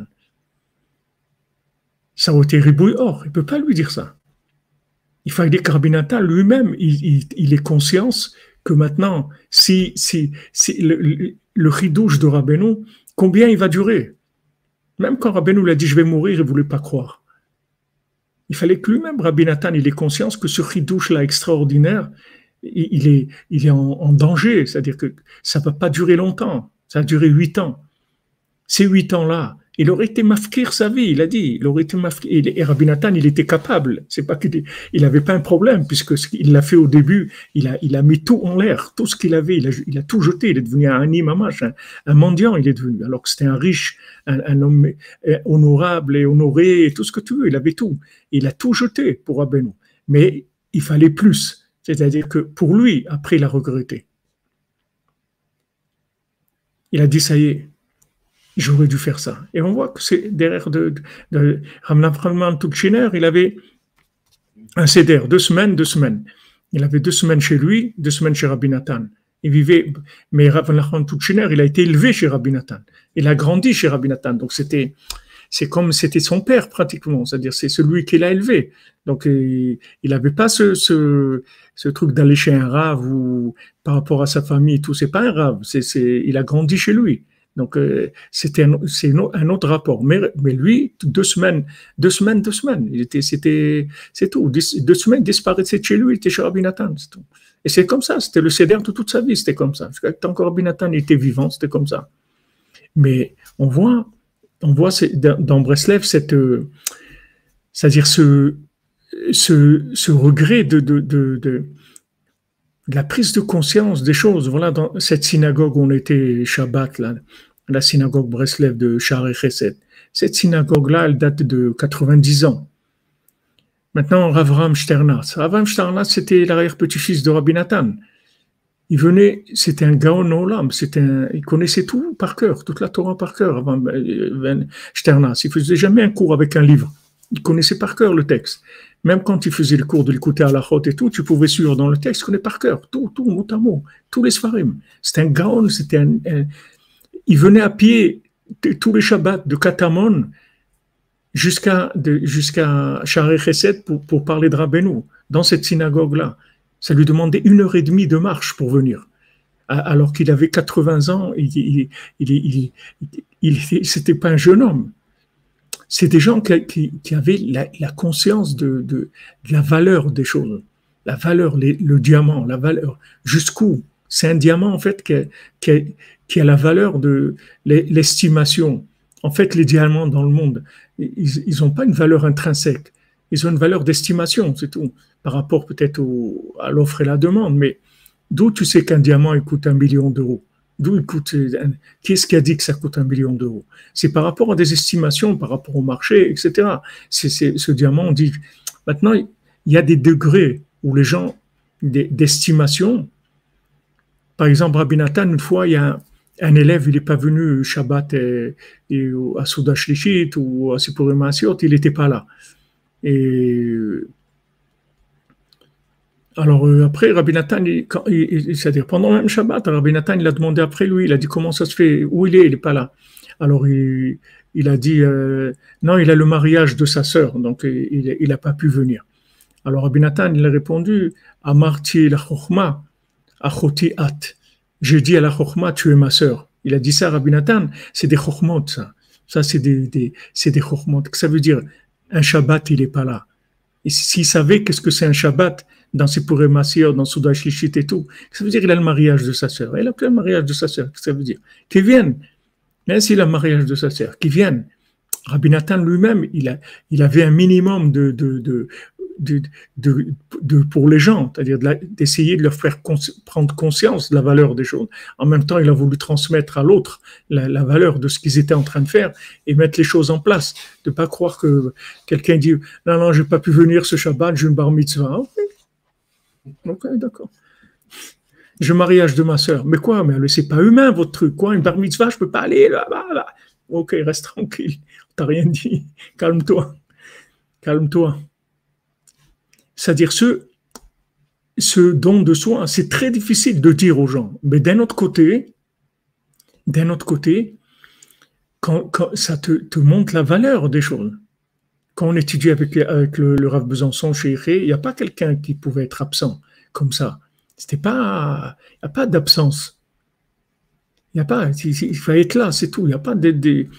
[SPEAKER 2] Ça aurait été ribouille or. Il ne peut pas lui dire ça. Il fallait dire que Rabbi Nathan lui-même, il est conscient que maintenant, si le chidouche de Rabbeinu, combien il va durer? Même quand Rabbeinu lui a dit je vais mourir, il ne voulait pas croire. Il fallait que lui-même, Rabbi Nathan, il ait conscience que ce chidouche-là extraordinaire, il est en danger, c'est-à-dire que ça ne va pas durer longtemps, ça a duré 8 ans. Ces 8 ans-là, il aurait été mafkir sa vie, il a dit, il aurait été mafkir. Et Rabbi Nathan, il était capable, c'est pas qu'il n'avait pas un problème, puisqu'il l'a fait au début, il a mis tout en l'air, tout ce qu'il avait, il a tout jeté, il est devenu un imamash, un mendiant, il est devenu, alors que c'était un riche, un homme honorable et honoré, et tout ce que tu veux, il avait tout. Il a tout jeté pour Rabbeinu, mais il fallait plus. C'est-à-dire que pour lui, après, il a regretté. Il a dit, ça y est, j'aurais dû faire ça. Et on voit que c'est derrière de Ramnam Tukshiner, il avait un seder, 2 semaines. Il avait 2 semaines chez lui, 2 semaines chez Rabbi Nathan. Il vivait, mais Ramnam Tukshiner, il a été élevé chez Rabbi Nathan. Il a grandi chez Rabbi Nathan. Donc c'est comme c'était son père pratiquement, c'est-à-dire c'est celui qui l'a élevé. Donc il n'avait pas ce truc d'aller chez un rave ou par rapport à sa famille et tout, c'est pas un rave, il a grandi chez lui. Donc c'est un autre rapport. Mais lui, 2 semaines, c'est tout. 2 semaines disparaissait de chez lui, il était chez Rabbi Nathan, c'est tout. Et c'est comme ça, c'était le seder de toute sa vie, c'était comme ça. Tant que Rabbi Nathan était vivant, c'était comme ça. Mais on voit dans Breslev c'est-à-dire ce regret de la prise de conscience des choses. Voilà, dans cette synagogue où on était Shabbat, là, la synagogue Breslev de Shaarei Chesed. Cette synagogue-là, elle date de 90 ans. Maintenant, Rav Avraham Shternas. Rav Avraham Shternas, c'était l'arrière-petit-fils de Rabbi Nathan. Il venait, c'était un Gaon Olam, il connaissait tout par cœur, toute la Torah par cœur, avant Shternas. Il faisait jamais un cours avec un livre. Il connaissait par cœur le texte. Même quand il faisait le cours de l'écouter à la chôte et tout, tu pouvais suivre dans le texte, il connaissait par cœur, tout, mot à mot, tous les Sfarim. C'était un Gaon, il venait à pied tous les Shabbats de Katamon jusqu'à Shaarei Chesed pour parler de Rabbeinu, dans cette synagogue-là. Ça lui demandait 1h30 de marche pour venir. Alors qu'il avait 80 ans, c'était pas un jeune homme. C'est des gens qui avaient la conscience de la valeur des choses. La valeur, le diamant, la valeur. Jusqu'où? C'est un diamant, en fait, qui a la valeur de l'estimation. En fait, les diamants dans le monde, ils n'ont pas une valeur intrinsèque. Ils ont une valeur d'estimation, c'est tout. Par rapport peut-être à l'offre et la demande. Mais d'où tu sais qu'un diamant il coûte 1 million d'euros? D'où il coûte? Qui est-ce qui a dit que ça coûte 1 million d'euros? C'est par rapport à des estimations, par rapport au marché, etc. Ce diamant, on dit. Maintenant, il y a des degrés où les gens, d'estimation. Par exemple, Rabbi Nathan, une fois, il y a un élève, il n'est pas venu Shabbat à Souda Shlishit ou à Sipurim Asiot, il n'était pas là. Et alors après, Rabbi Nathan, c'est-à-dire pendant le même Shabbat, Rabbi Nathan, il a demandé après lui, il a dit comment ça se fait, où il est pas là. Alors il a dit non, il a le mariage de sa sœur, donc il n'a pas pu venir. Alors Rabbi Nathan, il a répondu, Amarti la chokhma, achoti at. J'ai dit à la chokhma, tu es ma sœur. Il a dit ça, Rabbi Nathan, c'est des chokhmot, ça. Ça, c'est des chokhmot. Ça veut dire, un Shabbat, il n'est pas là. Et s'il savait qu'est-ce que c'est un Shabbat, dans Sipurim Asiot, dans Souda Shlishit et tout, ça veut dire qu'il a le mariage de sa sœur. Il a plus le mariage de sa sœur. Ça veut dire qu'il vienne. Même s'il a le mariage de sa sœur, qu'il vienne. Rabbi Nathan lui-même, il avait un minimum pour les gens, c'est-à-dire d'essayer de leur faire prendre conscience de la valeur des choses. En même temps, il a voulu transmettre à l'autre la valeur de ce qu'ils étaient en train de faire et mettre les choses en place. De ne pas croire que quelqu'un dit « Non, je n'ai pas pu venir ce Shabbat, j'ai une bar mitzvah. » Ok, d'accord. Je mariage de ma sœur. Mais quoi? Mais c'est pas humain votre truc. Quoi? Une bar mitzvah, je peux pas aller là-bas. Ok, reste tranquille. T'as rien dit. Calme-toi. C'est-à-dire ce don de soi, c'est très difficile de dire aux gens. Mais d'un autre côté, quand ça te montre la valeur des choses. Quand on étudie avec le Rav Besançon chez Iré, il n'y a pas quelqu'un qui pouvait être absent comme ça. Il n'y a pas d'absence. Il fallait être là, c'est tout. Il n'y a pas il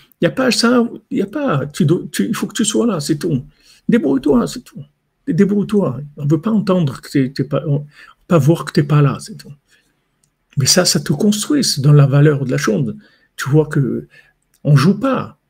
[SPEAKER 2] faut que tu sois là, c'est tout. Débrouille-toi, c'est tout. Débrouille-toi. On ne veut pas entendre que t'es pas, pas voir que tu n'es pas là, c'est tout. Mais ça te construit dans la valeur de la chose. Tu vois que on joue pas.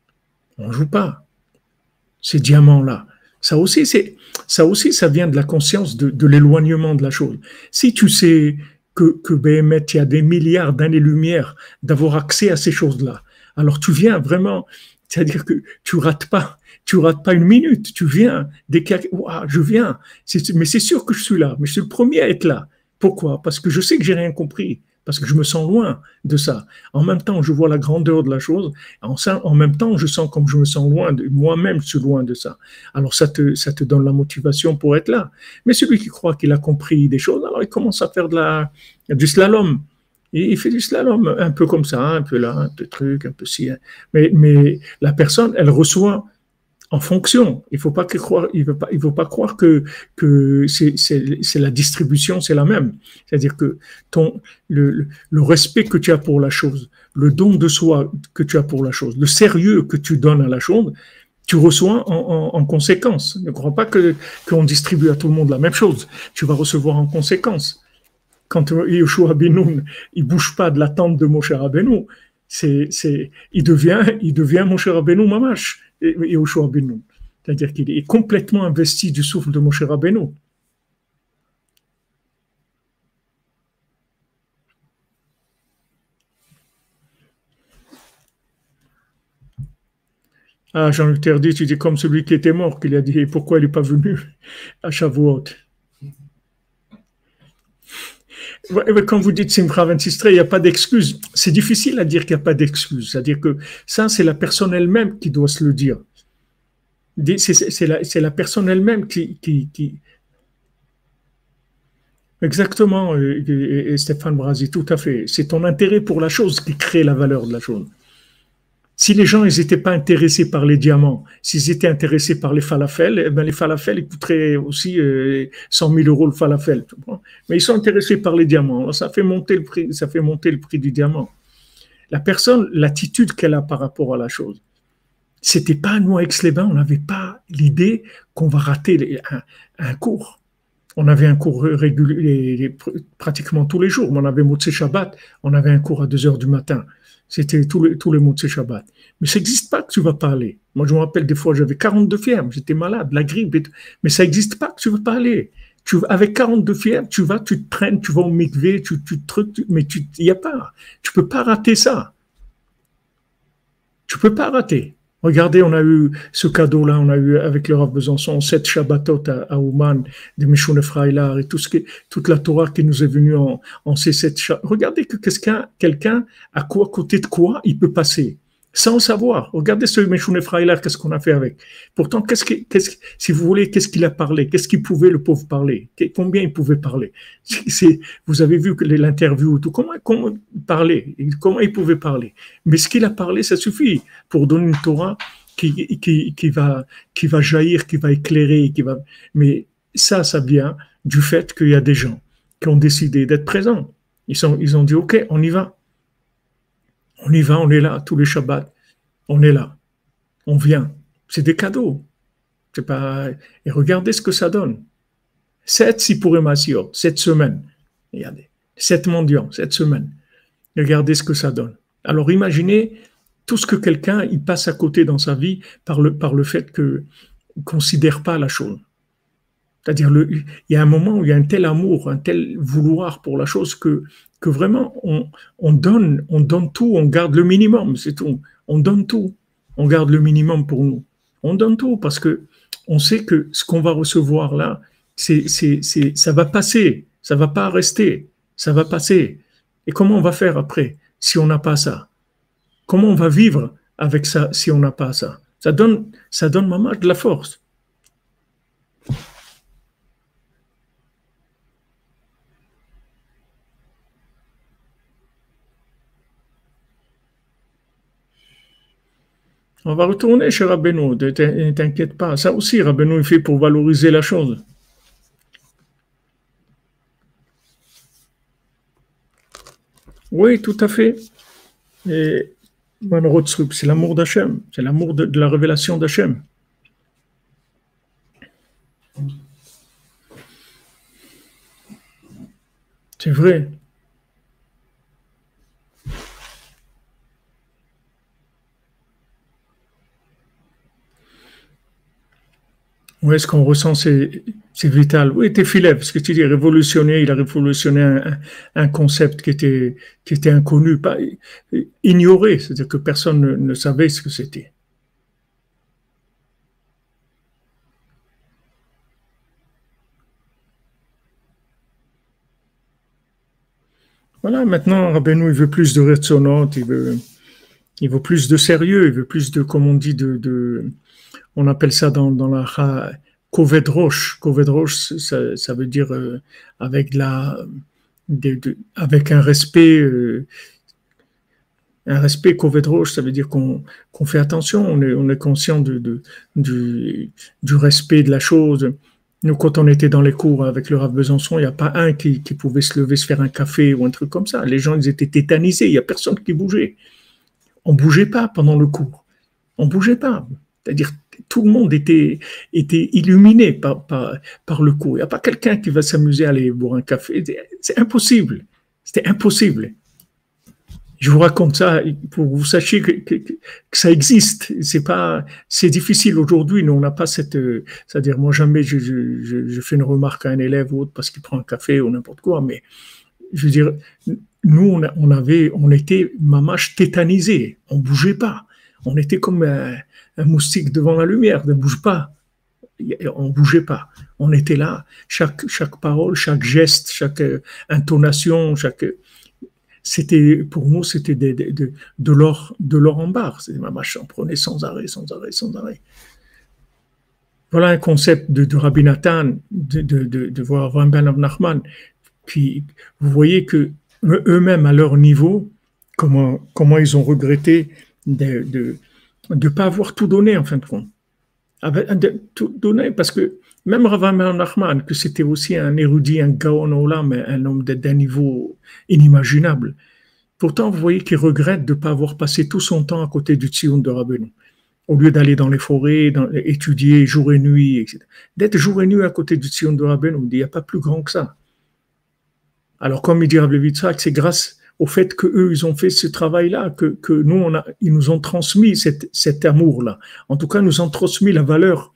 [SPEAKER 2] Ces diamants-là. Ça aussi, ça vient de la conscience de l'éloignement de la chose. Si tu sais que BMT, il y a des milliards d'années-lumière d'avoir accès à ces choses-là, alors tu viens vraiment, c'est-à-dire que tu rates pas une minute, tu viens, je viens, mais c'est sûr que je suis là, mais je suis le premier à être là. Pourquoi? Parce que je sais que j'ai rien compris. Parce que je me sens loin de ça. En même temps, je vois la grandeur de la chose. En même temps, je sens comme je me sens loin de moi-même, je suis loin de ça. Alors, ça te donne la motivation pour être là. Mais celui qui croit qu'il a compris des choses, alors il commence à faire du slalom. Et il fait du slalom, un peu comme ça, un peu là, un peu truc, un peu ci. Mais la personne, elle reçoit en fonction. Il faut pas croire que c'est la distribution, c'est la même. C'est-à-dire que le respect que tu as pour la chose, le don de soi que tu as pour la chose, le sérieux que tu donnes à la chose, tu reçois en conséquence. Ne crois pas qu'on distribue à tout le monde la même chose. Tu vas recevoir en conséquence. Quand Yoshua Benoun, il bouge pas de la tente de Moshe Rabbeinu, il devient Moshe Rabbeinu Mamash. Yoshua Benoun. C'est-à-dire qu'il est complètement investi du souffle de Moshe Rabbeinu. Ah, Jean-Luc Terdy, tu dis comme celui qui était mort, qu'il a dit pourquoi il n'est pas venu à Shavuot. Quand vous dites Simcha 26 il n'y a pas d'excuse. C'est difficile à dire qu'il n'y a pas d'excuse. C'est-à-dire que ça, c'est la personne elle-même qui doit se le dire. C'est la personne elle-même qui... Exactement, et Stéphane Brasi, tout à fait. C'est ton intérêt pour la chose qui crée la valeur de la chose. Si les gens n'étaient pas intéressés par les diamants, s'ils étaient intéressés par les falafels, eh ben les falafels ils coûteraient aussi 100 000 euros le falafel. Mais ils sont intéressés par les diamants. Ça fait monter le prix du diamant. La personne, l'attitude qu'elle a par rapport à la chose, c'était pas à nous à Aix-les-Bains, on n'avait pas l'idée qu'on va rater un cours. On avait un cours régulier pratiquement tous les jours. On avait Motzei Shabbat, on avait un cours à 2 heures du matin. C'était tous les Motzei Shabbat. Mais ça n'existe pas que tu vas pas aller. Moi, je me rappelle des fois, j'avais 42 fièvres, j'étais malade, la grippe, mais ça n'existe pas que tu vas pas aller. Avec 42 fièvres, tu te traînes, tu vas au mikvé, mais il y a pas. Tu peux pas rater ça. Tu peux pas rater. Regardez, on a eu ce cadeau-là, on a eu avec le Rav Besançon 7 Shabbatot à Ouman, des Meshouné Freilar et toute la Torah qui nous est venue en ces 7 Shabbatot. Regardez que quelqu'un à côté de quoi il peut passer, sans le savoir. Regardez ce Meshouné Freilar, qu'est-ce qu'on a fait avec. Pourtant, si vous voulez, qu'est-ce qu'il a parlé? Qu'est-ce qu'il pouvait, le pauvre, parler? Combien il pouvait parler? Vous avez vu que l'interview, tout, comment il parlait? Comment il pouvait parler? Mais ce qu'il a parlé, ça suffit pour donner une Torah qui va jaillir, qui va éclairer, mais ça vient du fait qu'il y a des gens qui ont décidé d'être présents. Ils ont dit, OK, on y va. On y va, on est là, tous les Shabbats. On est là. On vient. C'est des cadeaux. C'est pas... Et regardez ce que ça donne. 7 Sipurim Asiot, 7 semaines. Regardez. 7 mendiants, 7 semaines. Regardez ce que ça donne. Alors imaginez tout ce que quelqu'un il passe à côté dans sa vie par le fait qu'il ne considère pas la chose. C'est-à-dire, il y a un moment où il y a un tel amour, un tel vouloir pour la chose que vraiment on donne tout, on garde le minimum, c'est tout. On donne tout, on garde le minimum pour nous. On donne tout parce que on sait que ce qu'on va recevoir là, ça va passer, ça va pas rester, ça va passer. Et comment on va faire après si on n'a pas ça? Comment on va vivre avec ça si on n'a pas ça? Ça donne maman de la force. On va retourner chez Rabbeinu, ne t'inquiète pas. Ça aussi, Rabbeinu, il fait pour valoriser la chose. Oui, tout à fait. Et c'est l'amour d'Hachem, c'est l'amour de la révélation d'Hachem. C'est vrai. Oui, ce qu'on ressent, c'est vital. Oui, t'es filet, parce que tu dis révolutionner, il a révolutionné un concept qui était inconnu, pas ignoré, c'est-à-dire que personne ne savait ce que c'était. Voilà, maintenant, Rabbeinu, il veut plus de retsonot, il veut plus de sérieux, il veut plus de, comme on dit, on appelle ça dans la Koved Rosh. Koved Rosh, ça veut dire avec avec un respect Koved Rosh, ça veut dire qu'on fait attention, on est conscient du respect de la chose. Nous, quand on était dans les cours avec le Rav Besançon, il n'y a pas un qui pouvait se lever, se faire un café ou un truc comme ça. Les gens, ils étaient tétanisés, il n'y a personne qui bougeait. On ne bougeait pas pendant le cours. On ne bougeait pas. C'est-à-dire, tout le monde était illuminé par le cours. Il n'y a pas quelqu'un qui va s'amuser à aller boire un café. C'est impossible. C'était impossible. Je vous raconte ça pour que vous sachiez que ça existe. C'est difficile aujourd'hui. Nous, on n'a pas c'est-à-dire, moi, jamais je fais une remarque à un élève ou autre parce qu'il prend un café ou n'importe quoi, mais je veux dire, nous, on était mamache tétanisés. On bougeait pas. On était comme un moustique devant la lumière. Ne bouge pas. On bougeait pas. On était là. Chaque parole, chaque geste, chaque intonation, pour nous, c'était de l'or en barre. C'est mamache, on prenait sans arrêt, sans arrêt, sans arrêt. Voilà un concept de Rabbi Nathan, de voir Rabbi Nachman. Puis vous voyez que eux-mêmes à leur niveau, comment ils ont regretté de ne pas avoir tout donné en fin de compte. Tout donné parce que même Rabbi Nachman, que c'était aussi un érudit, un gaon olam, un homme d'un niveau inimaginable. Pourtant, vous voyez qu'il regrette de ne pas avoir passé tout son temps à côté du Tzion de Rabbeinu. Au lieu d'aller dans les forêts, étudier jour et nuit, etc. D'être jour et nuit à côté du Tzion de Rabbeinu, il n'y a pas plus grand que ça. Alors, comme il dit Rabbi Yitzhak, c'est grâce au fait qu'eux, ils ont fait ce travail-là, que nous, ils nous ont transmis cet amour-là. En tout cas, ils nous ont transmis la valeur,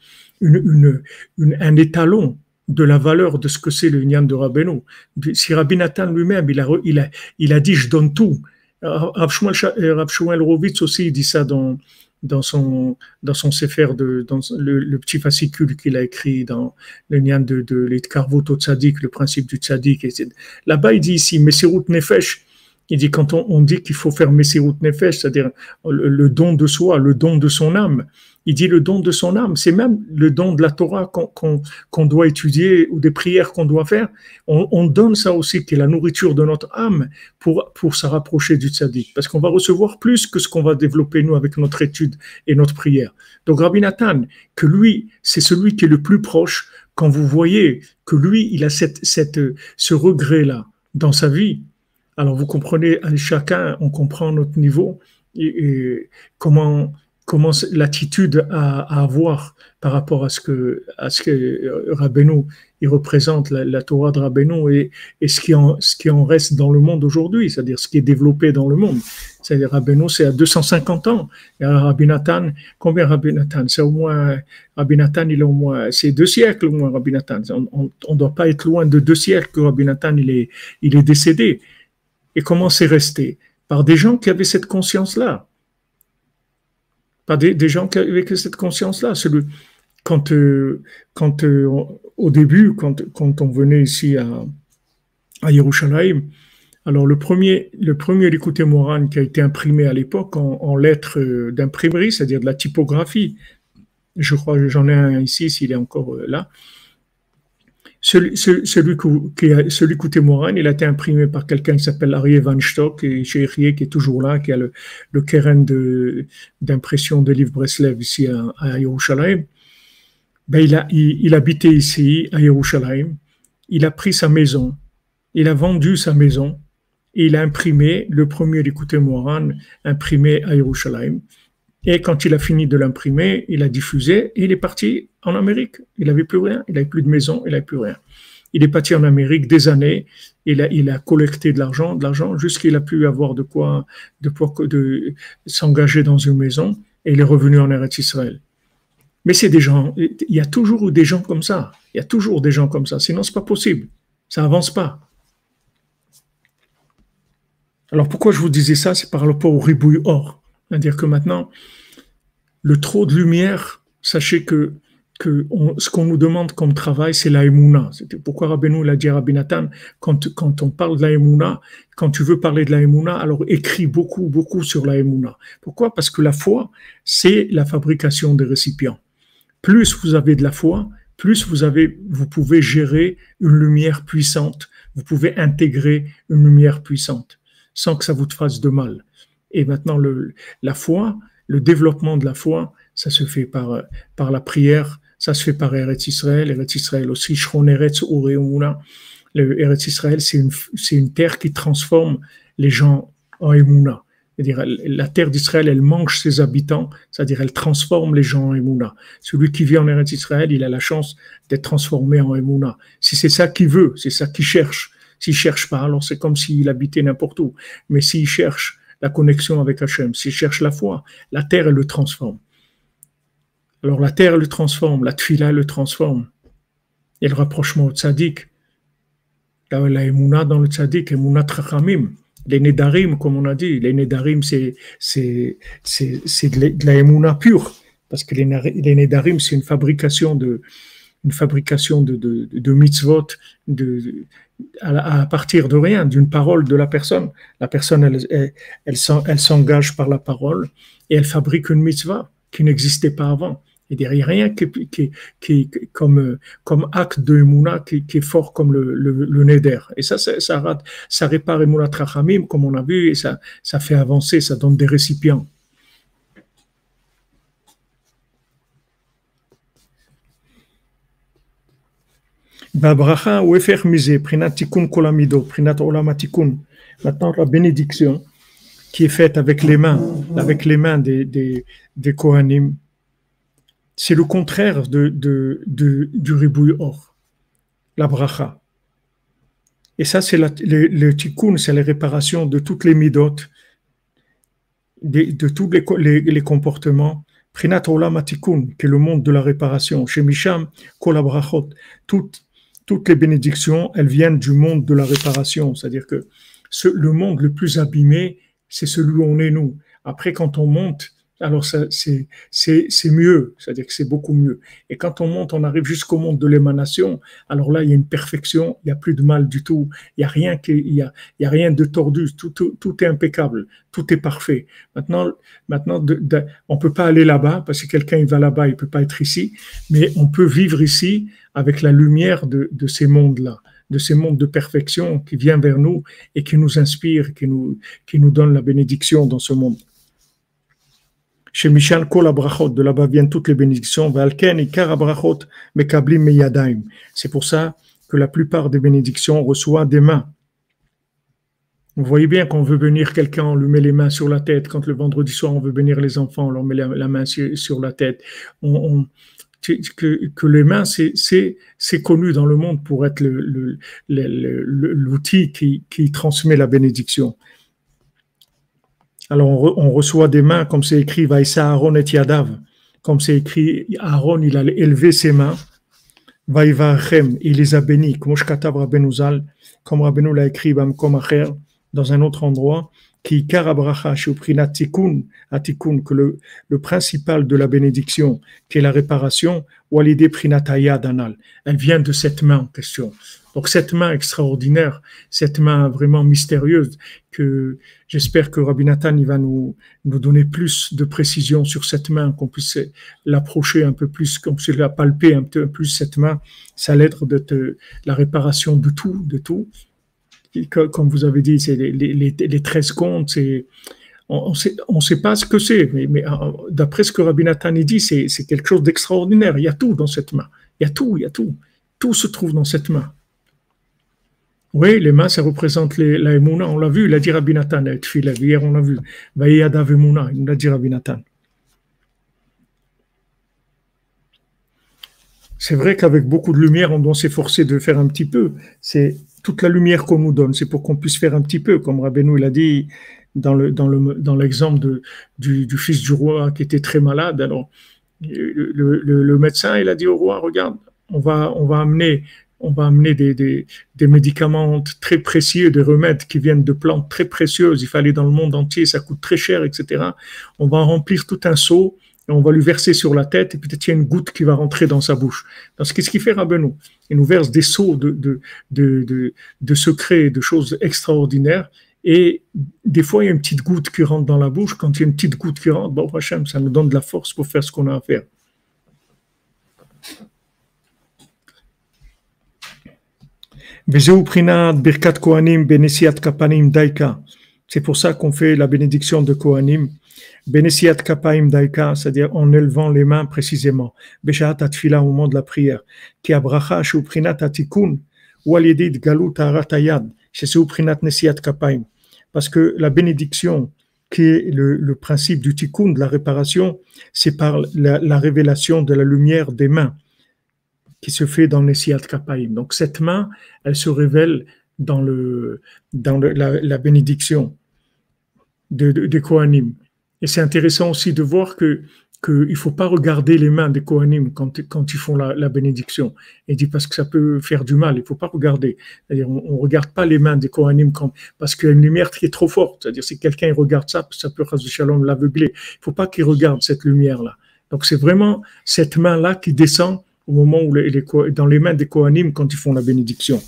[SPEAKER 2] un étalon de la valeur de ce que c'est le Nyan de Rabbeinu. Si Rabbi Nathan lui-même, il a dit « je donne tout ». Rav Shmuel Rovitz aussi, il dit ça dans son sefer, dans le petit fascicule qu'il a écrit dans le Nyan de l'Itkarvut au Tzadik, le principe du Tzadik. Là-bas, il dit ici « Mesirut Nefesh ». Il dit quand on dit qu'il faut faire Mesirut Nefesh, c'est-à-dire le don de soi, le don de son âme. Il dit le don de son âme, c'est même le don de la Torah qu'on doit étudier ou des prières qu'on doit faire. On donne ça aussi, qui est la nourriture de notre âme pour se rapprocher du tzaddik. Parce qu'on va recevoir plus que ce qu'on va développer nous avec notre étude et notre prière. Donc Rabbi Nathan, que lui, c'est celui qui est le plus proche, quand vous voyez que lui, il a ce regret-là dans sa vie. Alors vous comprenez, chacun, on comprend notre niveau et comment l'attitude à avoir par rapport à ce que Rabbeinu il représente, la Torah de Rabbeinu et ce qui en reste dans le monde aujourd'hui, c'est-à-dire ce qui est développé dans le monde. C'est-à-dire Rabbeinu, c'est à 250 ans. Et Rabbi Nathan, combien Rabbi Nathan? C'est au moins, Rabbi Nathan, il est au moins, c'est 2 siècles au moins Rabbi Nathan. On ne doit pas être loin de 2 siècles que Rabbi Nathan il est décédé. Et comment c'est resté? Par des gens qui avaient cette conscience-là. Par des gens qui avaient cette conscience-là. Quand au début, quand on venait ici à Yerushalayim, alors le premier Likutei Moharan qui a été imprimé à l'époque en lettres d'imprimerie, c'est-à-dire de la typographie, je crois que j'en ai un ici, s'il est encore là, celui Likutei Moharan, il a été imprimé par quelqu'un qui s'appelle Aryeh Van Stock, et chez Erie, qui est toujours là, qui a le keren d'impression de livres Breslev ici à Yerushalayim. Ben, il habitait ici, à Yerushalayim. Il a pris sa maison, il a vendu sa maison, et il a imprimé le premier Likutei Moharan imprimé à Yerushalayim. Et quand il a fini de l'imprimer, il a diffusé et il est parti en Amérique. Il n'avait plus rien, il n'avait plus de maison, il n'avait plus rien. Il est parti en Amérique des années, il a collecté de l'argent jusqu'à qu'il a pu avoir de quoi s'engager dans une maison et il est revenu en Eretz Israël. Mais c'est des gens, il y a toujours eu des gens comme ça. Il y a toujours des gens comme ça. Sinon, c'est pas possible. Ça avance pas. Alors pourquoi je vous disais ça? C'est par rapport au ribouille or. C'est-à-dire que maintenant, le trop de lumière, sachez que ce qu'on nous demande comme travail, c'est la Emouna. C'était pourquoi Rabbeinu l'a dit à Rabbi Nathan, quand on parle de la Emouna, quand tu veux parler de la Emouna, alors écris beaucoup, beaucoup sur la Emouna. Pourquoi? Parce que la foi, c'est la fabrication des récipients. Plus vous avez de la foi, plus vous pouvez gérer une lumière puissante, vous pouvez intégrer une lumière puissante, sans que ça vous fasse de mal. Et maintenant, la foi, le développement de la foi, ça se fait par la prière, ça se fait par Eretz Israël aussi, Shron Eretz Ure Emuna. Le Eretz Israël, c'est une terre qui transforme les gens en Emuna. C'est-à-dire, la terre d'Israël, elle mange ses habitants, c'est-à-dire, elle transforme les gens en Emuna. Celui qui vit en Eretz Israël, il a la chance d'être transformé en Emuna. Si c'est ça qu'il veut, c'est ça qu'il cherche. S'il cherche pas, alors c'est comme s'il habitait n'importe où. Mais s'il cherche la connexion avec Hachem, s'il cherche la foi, la terre, elle le transforme. Alors la terre, elle le transforme, la tfila, elle le transforme. Et le rapprochement au tzaddik, la émouna dans le tzaddik, émouna trachamim, les nedarim, comme on a dit, les nedarim, c'est de la émouna pure, parce que les nedarim, c'est une fabrication de mitzvot à partir de rien, d'une parole de la personne. La personne, elle s'engage par la parole et elle fabrique une mitzvah qui n'existait pas avant. Et derrière rien comme acte de Emouna qui est fort comme le Neder. Et ça répare Emouna Trachamim, comme on a vu, et ça fait avancer, ça donne des récipients. Babracha ou efer misé, prinat tikun kolamido, prinat olamatikun. Maintenant, la bénédiction qui est faite avec les mains des Kohanim, c'est le contraire du ribouille or, la bracha. Et ça, c'est le tikkun, c'est la réparation de toutes les midot, de tous les comportements. Prinat olam tikkun, qui est le monde de la réparation. Chez Misham, kol habrachot, toutes les bénédictions, elles viennent du monde de la réparation. C'est-à-dire que le monde le plus abîmé, c'est celui où on est nous. Après, quand on monte, alors c'est mieux, c'est-à-dire que c'est beaucoup mieux. Et quand on monte, on arrive jusqu'au monde de l'émanation, alors là, il y a une perfection, il n'y a plus de mal du tout, il n'y a rien de tordu, tout est impeccable, tout est parfait. Maintenant on ne peut pas aller là-bas, parce que quelqu'un il va là-bas, il ne peut pas être ici, mais on peut vivre ici avec la lumière de ces mondes-là, de ces mondes de perfection qui vient vers nous et qui nous inspire, qui nous donne la bénédiction dans ce monde. Chez Michal Kol Abrachot, de là-bas viennent toutes les bénédictions. Valken Ikar Abrachot Mekablim Meyadaim. C'est pour ça que la plupart des bénédictions on reçoit des mains. Vous voyez bien qu'on veut bénir quelqu'un, on lui met les mains sur la tête. Quand le vendredi soir on veut bénir les enfants, on leur met la main sur la tête. Que les mains, c'est connu dans le monde pour être l'outil qui transmet la bénédiction. Alors on reçoit des mains, comme c'est écrit, Vaïssa Aaron et Yadav, comme c'est écrit, Aaron il a élevé ses mains, Vaïvachem, il les a bénis, comme Shkatav Rabbeinu Zal, comme Rabbeinu l'a écrit, dans un autre endroit, qui karabracha shuprinat tikun, atikun, que le principal de la bénédiction, qui est la réparation, walide prinataya danal, elle vient de cette main en question. Donc cette main extraordinaire, cette main vraiment mystérieuse, que j'espère que Rabbi Nathan il va nous donner plus de précision sur cette main, qu'on puisse l'approcher un peu plus, qu'on puisse la palper un peu plus cette main, ça l'aide de la réparation de tout. Comme vous avez dit, c'est les 13 comptes, on sait pas ce que c'est, mais d'après ce que Rabbi Nathan dit, c'est quelque chose d'extraordinaire. Il y a tout dans cette main. Il y a tout. Tout se trouve dans cette main. Oui, les mains, ça représente la Emouna. On l'a vu, il a dit Rabbi Nathan. Hier, on l'a vu. Vaïadav Emouna, il a dit Rabbi Nathan. C'est vrai qu'avec beaucoup de lumière, on doit s'efforcer de faire un petit peu. C'est toute la lumière qu'on nous donne, c'est pour qu'on puisse faire un petit peu, comme Rabbeinu il a dit dans l'exemple du fils du roi qui était très malade. Alors le médecin il a dit au roi, regarde, on va amener des médicaments très précieux, des remèdes qui viennent de plantes très précieuses. Il fallait dans le monde entier, ça coûte très cher, etc. On va remplir tout un seau. Et on va lui verser sur la tête, et peut-être il y a une goutte qui va rentrer dans sa bouche. Donc, qu'est-ce qu'il fait Rabbeinu? Il nous verse des seaux de secrets, de choses extraordinaires, et des fois, il y a une petite goutte qui rentre dans la bouche. Quand il y a une petite goutte qui rentre, bon, Hachem, ça nous donne de la force pour faire ce qu'on a à faire. C'est pour ça qu'on fait la bénédiction de Kohanim. Benesiat kapaim daika, c'est-à-dire en élevant les mains précisément. Beshaat atfila au moment de la prière. Ki abracha shuprinat atikun, walidid galut haratayad, shesuprinat nesiat kapaim. Parce que la bénédiction, qui est le principe du tikkun, de la réparation, c'est par la révélation de la lumière des mains qui se fait dans nesiat kapaim. Donc cette main, elle se révèle dans la bénédiction. des Kohanim. Et c'est intéressant aussi de voir qu'il ne faut pas regarder les mains des Kohanim quand ils font la bénédiction. Il dit parce que ça peut faire du mal, il ne faut pas regarder. C'est-à-dire, on ne regarde pas les mains des Kohanim parce qu'il y a une lumière qui est trop forte. C'est-à-dire, si quelqu'un regarde ça, ça peut, chas v'shalom, l'aveugler. Il ne faut pas qu'il regarde cette lumière-là. Donc, c'est vraiment cette main-là qui descend au moment où dans les mains des Kohanim quand ils font la bénédiction.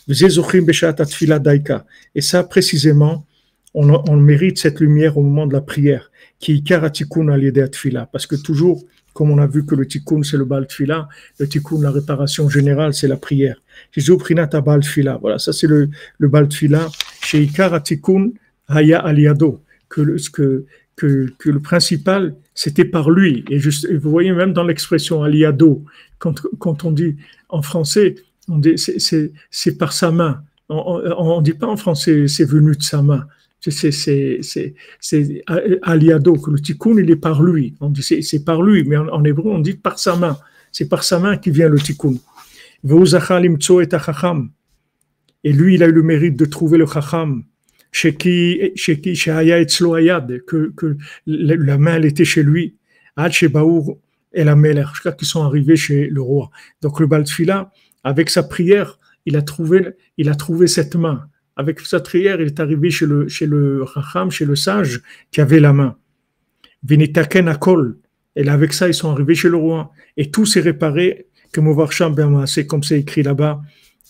[SPEAKER 2] Et ça, précisément, on mérite cette lumière au moment de la prière, qui est karatikoun al-yedei atfila, parce que toujours, comme on a vu que le tikkun c'est le bal tfila, le tikkun, la réparation générale, c'est la prière. Voilà, ça c'est le bal tfila, chez karatikoun haya al-yado, que le principal, c'était par lui. Et vous voyez même dans l'expression al-yado, quand on dit en français, on dit c'est par sa main. On ne dit pas en français c'est venu de sa main. C'est aliado, que le tikkun il est par lui. On dit c'est par lui, mais en hébreu on dit par sa main. C'est par sa main qui vient le tikkun. Et lui il a eu le mérite de trouver le chacham. Que la main elle était chez lui. Et la Meler, jusqu'à qu'ils sont arrivés chez le roi. Donc le Baal Tfila, avec sa prière, il a trouvé cette main. Avec sa prière, il est arrivé chez le Chacham, chez le sage, qui avait la main. Vinitaken Akol. Et là, avec ça, ils sont arrivés chez le roi. Et tout s'est réparé, que Movarcham Berma, c'est comme c'est écrit là-bas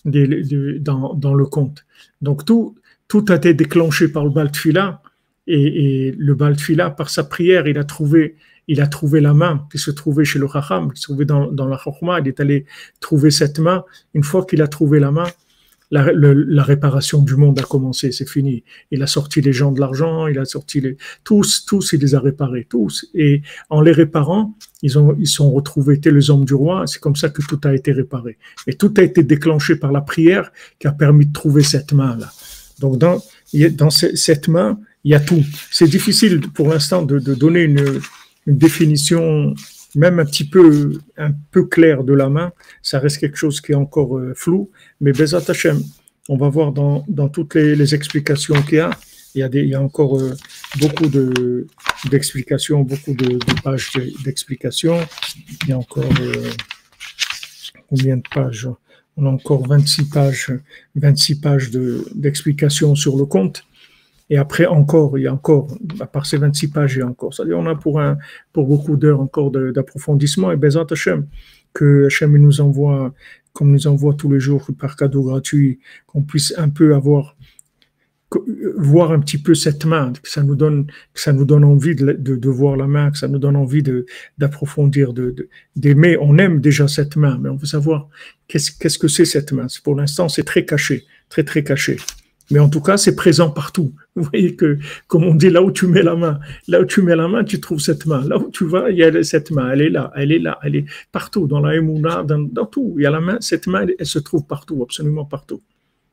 [SPEAKER 2] dans le conte. Donc tout a été déclenché par le Baal Tfila. Et le Baal Tfila, par sa prière, il a trouvé la main qui se trouvait chez le Chacham, qui se trouvait dans la Chokhma. Il est allé trouver cette main. Une fois qu'il a trouvé la main, la réparation du monde a commencé, c'est fini. Il a sorti les gens de l'argent, il a sorti tous, il les a réparés, tous. Et en les réparant, ils sont retrouvés les hommes du roi. C'est comme ça que tout a été réparé. Et tout a été déclenché par la prière qui a permis de trouver cette main-là. Donc dans cette main, il y a tout. C'est difficile pour l'instant de donner une définition même un peu claire de la main. Ça reste quelque chose qui est encore flou, mais Bezat Hashem, on va voir dans toutes les explications qu'il y a. Il y a encore beaucoup d'explications, beaucoup de pages d'explications. Il y a encore combien de pages? On a encore 26 pages d'explications sur le conte. Et après, il y a encore, à part ces 26 pages, il y a encore. C'est-à-dire, on a pour beaucoup d'heures encore d'approfondissement. Et Bezat Hashem, que Hashem nous envoie, comme nous envoie tous les jours par cadeau gratuit, qu'on puisse un peu voir un petit peu cette main, que ça nous donne envie de voir la main, que ça nous donne envie d'approfondir, d'aimer. On aime déjà cette main, mais on veut savoir qu'est-ce que c'est cette main. Pour l'instant, c'est très caché, très, très caché. Mais en tout cas, c'est présent partout. Vous voyez que, comme on dit, là où tu mets la main, tu trouves cette main. Là où tu vas, il y a cette main. Elle est là, elle est partout, dans la Emouna, dans tout. Il y a la main, cette main, elle se trouve partout, absolument partout.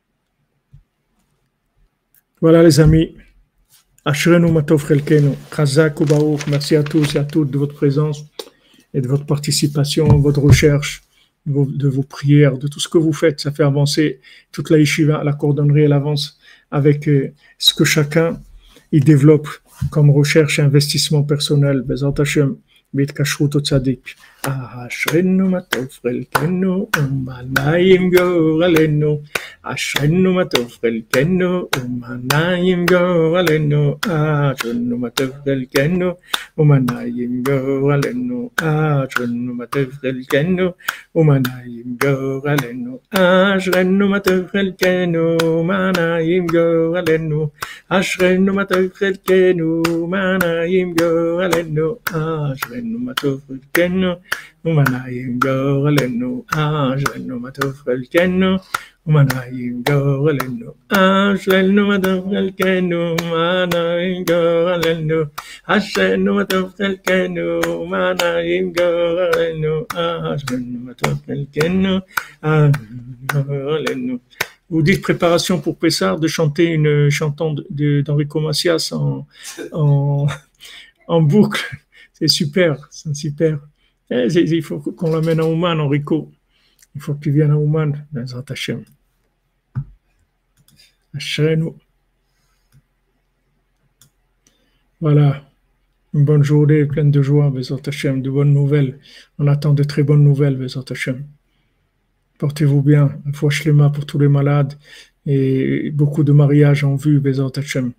[SPEAKER 2] Voilà les amis. Ashrenu matov chelkenu. Chazak ubaruch. Merci à tous et à toutes de votre présence et de votre participation, votre recherche, de vos prières, de tout ce que vous faites. Ça fait avancer toute la yeshiva, la cordonnerie, elle avance avec ce que chacun il développe comme recherche et investissement personnel. Bezat Hashem, בהתקשרות הצדיק. אשרנו מה טוב חלקנו ומה נעים גורלנו. אשרנו מה טוב חלקנו ומה נעים גורלנו. אשרנו מה טוב חלקנו ומה נעים גורלנו. אשרנו מה טוב חלקנו ומה נעים גורלנו. אשרנו מה טוב חלקנו ומה נעים גורלנו. אשרנו מה טוב חלקנו ומה נעים גורלנו. אשרנו מה טוב חלקנו ומנעים גורלנו. אשרנו מה טוב חלקנו ומנעים גורלנו. אשרנו מה טוב חלקנו ומנעים גורלנו. אשרנו מה טוב חלקנו ומנעים גורלנו. אשרנו מה טוב חלקנו ומנעים גורלנו. Vous dites préparation pour Pessah de chanter une chanson d'Enrico Macias en boucle. C'est super, c'est super. Il faut qu'on l'amène à Ouman, Enrico. Il faut qu'il vienne à Ouman, Bezat Hashem. Ashrenu. Voilà. Une bonne journée pleine de joie, Bezat Hashem, de bonnes nouvelles. On attend de très bonnes nouvelles, Bezat Hashem. Portez-vous bien. Fouach les mains pour tous les malades et beaucoup de mariages en vue, Bezat Hashem.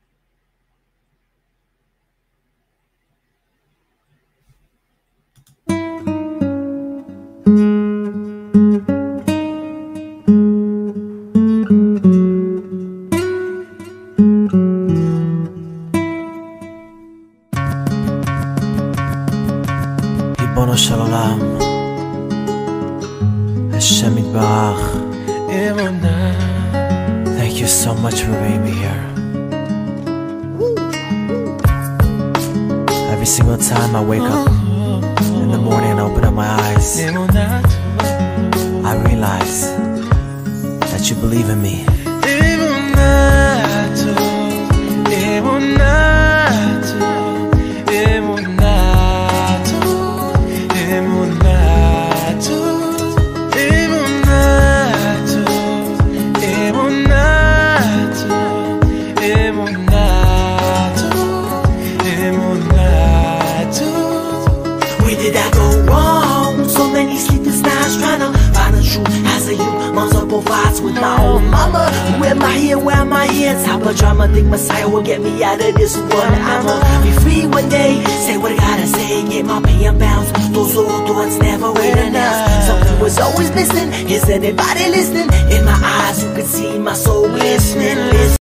[SPEAKER 1] ריבונו של עולם, Hashem Yitbarach, thank you so much for bringing me here. Every single time I wake up in the morning and open up my eyes, I realize that you believe in me.
[SPEAKER 3] Where did I go wrong? So many sleepless nights trying to find the truth. As a youth, multiple fights with my own mama. Who am I here? Where am I here? Type of drama, think Messiah will get me out of this one. I'ma be free one day. Say what I gotta say, get my pay and bounce. Those old thoughts never wait enough. Something was always missing. Is anybody listening? In my eyes, you can see my soul